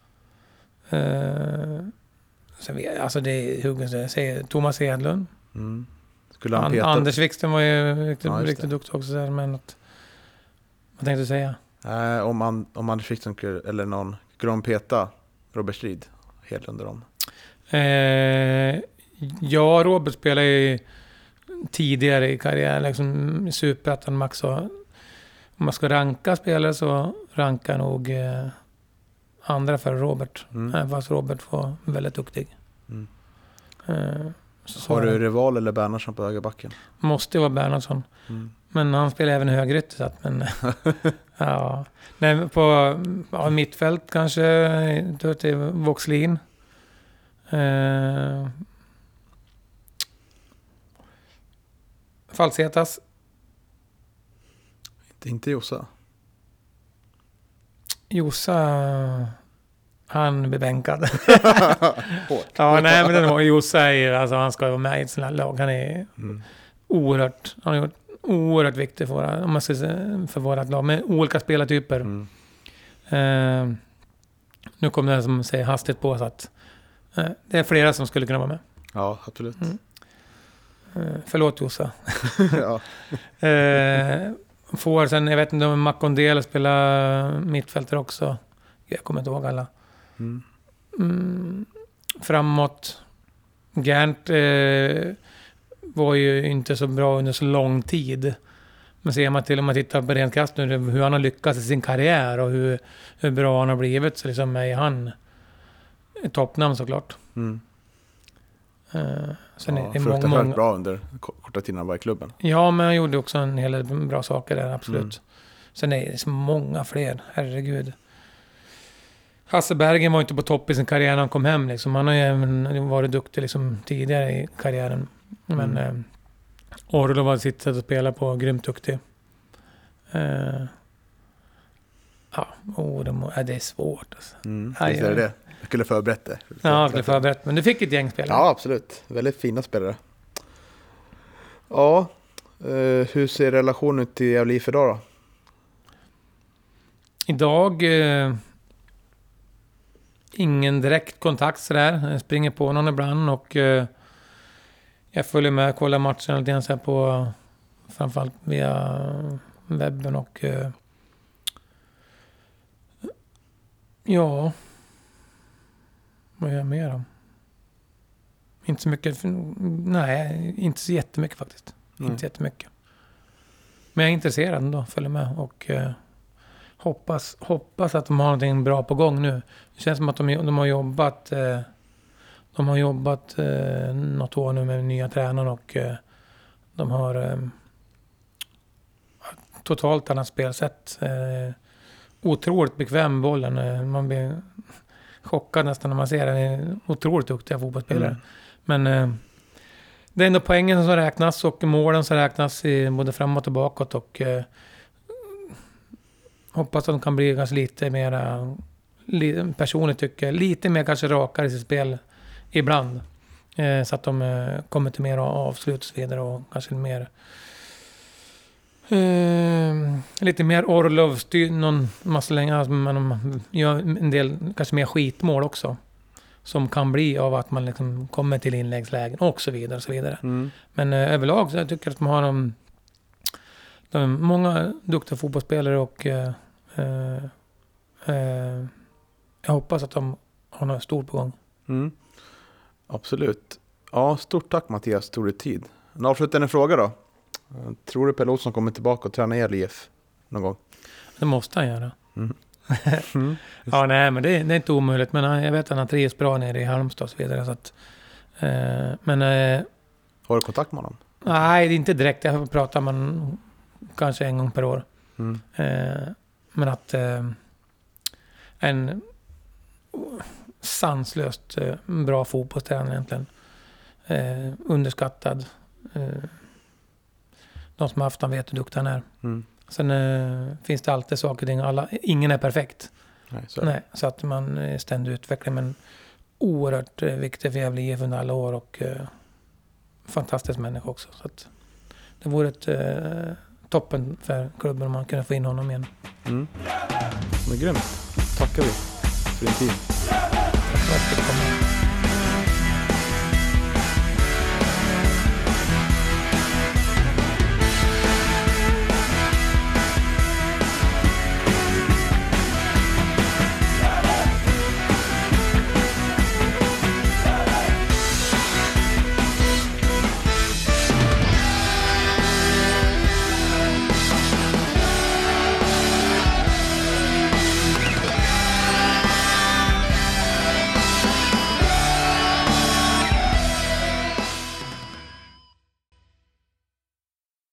Eh, sen vet, jag- alltså det är huggen, så jag säger Thomas Edlund. Mm. Skulle han An, peta... Anders Wikström var ju riktigt, Ja, just riktigt det. duktig också. Så här, men att, vad tänkte du säga? Nej, om, an, om Anders Wikström skulle- eller någon, skulle de peta Robert Strid helt under dem? Eh, ja, Robert spelade ju tidigare i karriären, liksom Superettan Max. Och om man ska ranka spelare så rankar nog eh, andra för Robert. Mm. Även fast Robert var väldigt duktig. Mm. Eh, så Har så du Rival eller Bernhardsson på högerbacken? måste ju vara Bernhardsson. Mm. Men han spelar även högerytter, så att, men ja. Nej, men på ja, mittfält kanske då till Voxlin. Eh, Falsetas. Inte, inte Jossa. Jossa, han blir bänkad. Hårt. Ja, nej, men den har Jossa är ju, alltså han ska vara med i ett sånt här lag. Han är Mm. oerhört, han har gjort oerhört viktigt för våra, om man ska säga, för vårat lag med olika spelartyper. Mm. Eh, nu kommer det som säger hastigt på, så att eh, det är flera som skulle kunna vara med. Ja, absolut. Mm. Eh, förlåt Jossa. ja. Eh, får sen, jag vet inte om Makondele spelar mittfältare också. Jag kommer inte ihåg alla. Mm. Mm, framåt. Gärnt eh, var ju inte så bra under så lång tid. Men ser man till, om man tittar på rent krasst nu, hur han har lyckats i sin karriär och hur, hur bra han har blivit, så liksom är han ett toppnamn såklart. Mm. Eh, sen Ja, är det fruktansvärt många, många, bra under ko- korta tiden han var i klubben. ja, men han gjorde också en hel del bra saker där, absolut. Mm. Sen är det så många fler, herregud. Hasse Bergen var inte på topp i sin karriär när han kom hem. Liksom. Han har ju även varit duktig liksom, tidigare i karriären. Men Mm. eh, Orlov har sitt sätt att spela på, grymt duktig. Eh, ja, oh, de, ja, det är svårt. Alltså. Mm. Aj, Visst är det aj. det? Jag skulle förberett det. Ja, jag skulle förberett. Men du fick ett gäng spelare. Ja, absolut. Väldigt fina spelare. Ja, eh, hur ser relationen ut till Gävle I F idag då? Idag eh, ingen direkt kontakt sådär. Jag springer på någon ibland och eh, jag följer med och kollar matchen lite grann så här på, framförallt via webben och eh, ja, vad gör jag mer då? Inte så mycket, nej, inte så jättemycket faktiskt. Mm. Inte jättemycket. Men jag är intresserad ändå, följer med och eh, hoppas, hoppas att de har någonting bra på gång nu. Det känns som att de, de har jobbat eh, de har jobbat eh, något år nu med nya tränare och eh, de har eh, totalt annat spelsätt. Eh, otroligt bekväm bollen. Eh, man blir chockad nästan när man ser det. Det är otroligt duktiga fotbollsspelare. Mm. Men eh, det är ändå poängen som räknas och målen som räknas i både framåt och bakåt. Och eh, hoppas att de kan bli ganska lite mer, li, personligt tycker lite mer kanske rakare i sitt spel ibland. Eh, så att de eh, kommer till mer avslut och så vidare och kanske mer eh, lite mer Orlov-styr någon massa länge, men de gör en del kanske mer skitmål också. Som kan bli av att man liksom kommer till inläggslägen och så vidare och så vidare. Mm. Men eh, överlag så jag tycker jag att de har de, de många duktiga fotbollsspelare och eh, eh, eh, jag hoppas att de har något stort på gång. Mm. Absolut. Ja, stort tack Mattias, tog det tid. En avslutande fråga då. Tror du Pelle Olsson kommer tillbaka och träna er I F någon gång? Det måste han göra. Mm. Mm. Ja, nej, men det, det är inte omöjligt. Men jag vet att han trivs bra nere i Halmstad och så vidare. Så att, eh, men, eh, har du kontakt med honom? Nej, det är inte direkt. Jag pratar man kanske en gång per år. Mm. Eh, men att eh, en sanslöst eh, bra fotbollstränare egentligen. Eh, underskattad. Eh, de som har haft han vet hur duktig han är. Mm. Sen eh, finns det alltid saker och ting. Alla, ingen är perfekt. Nej, så. Nej, så att man är ständigt utveckling. Men oerhört eh, viktigt för Gävle I F under alla år. Och eh, fantastisk människa också. Så att det vore ett eh, toppen för klubben om man kunde få in honom igen. Mm. Men grymt. Tackar vi för din tid. Tack för att du kom.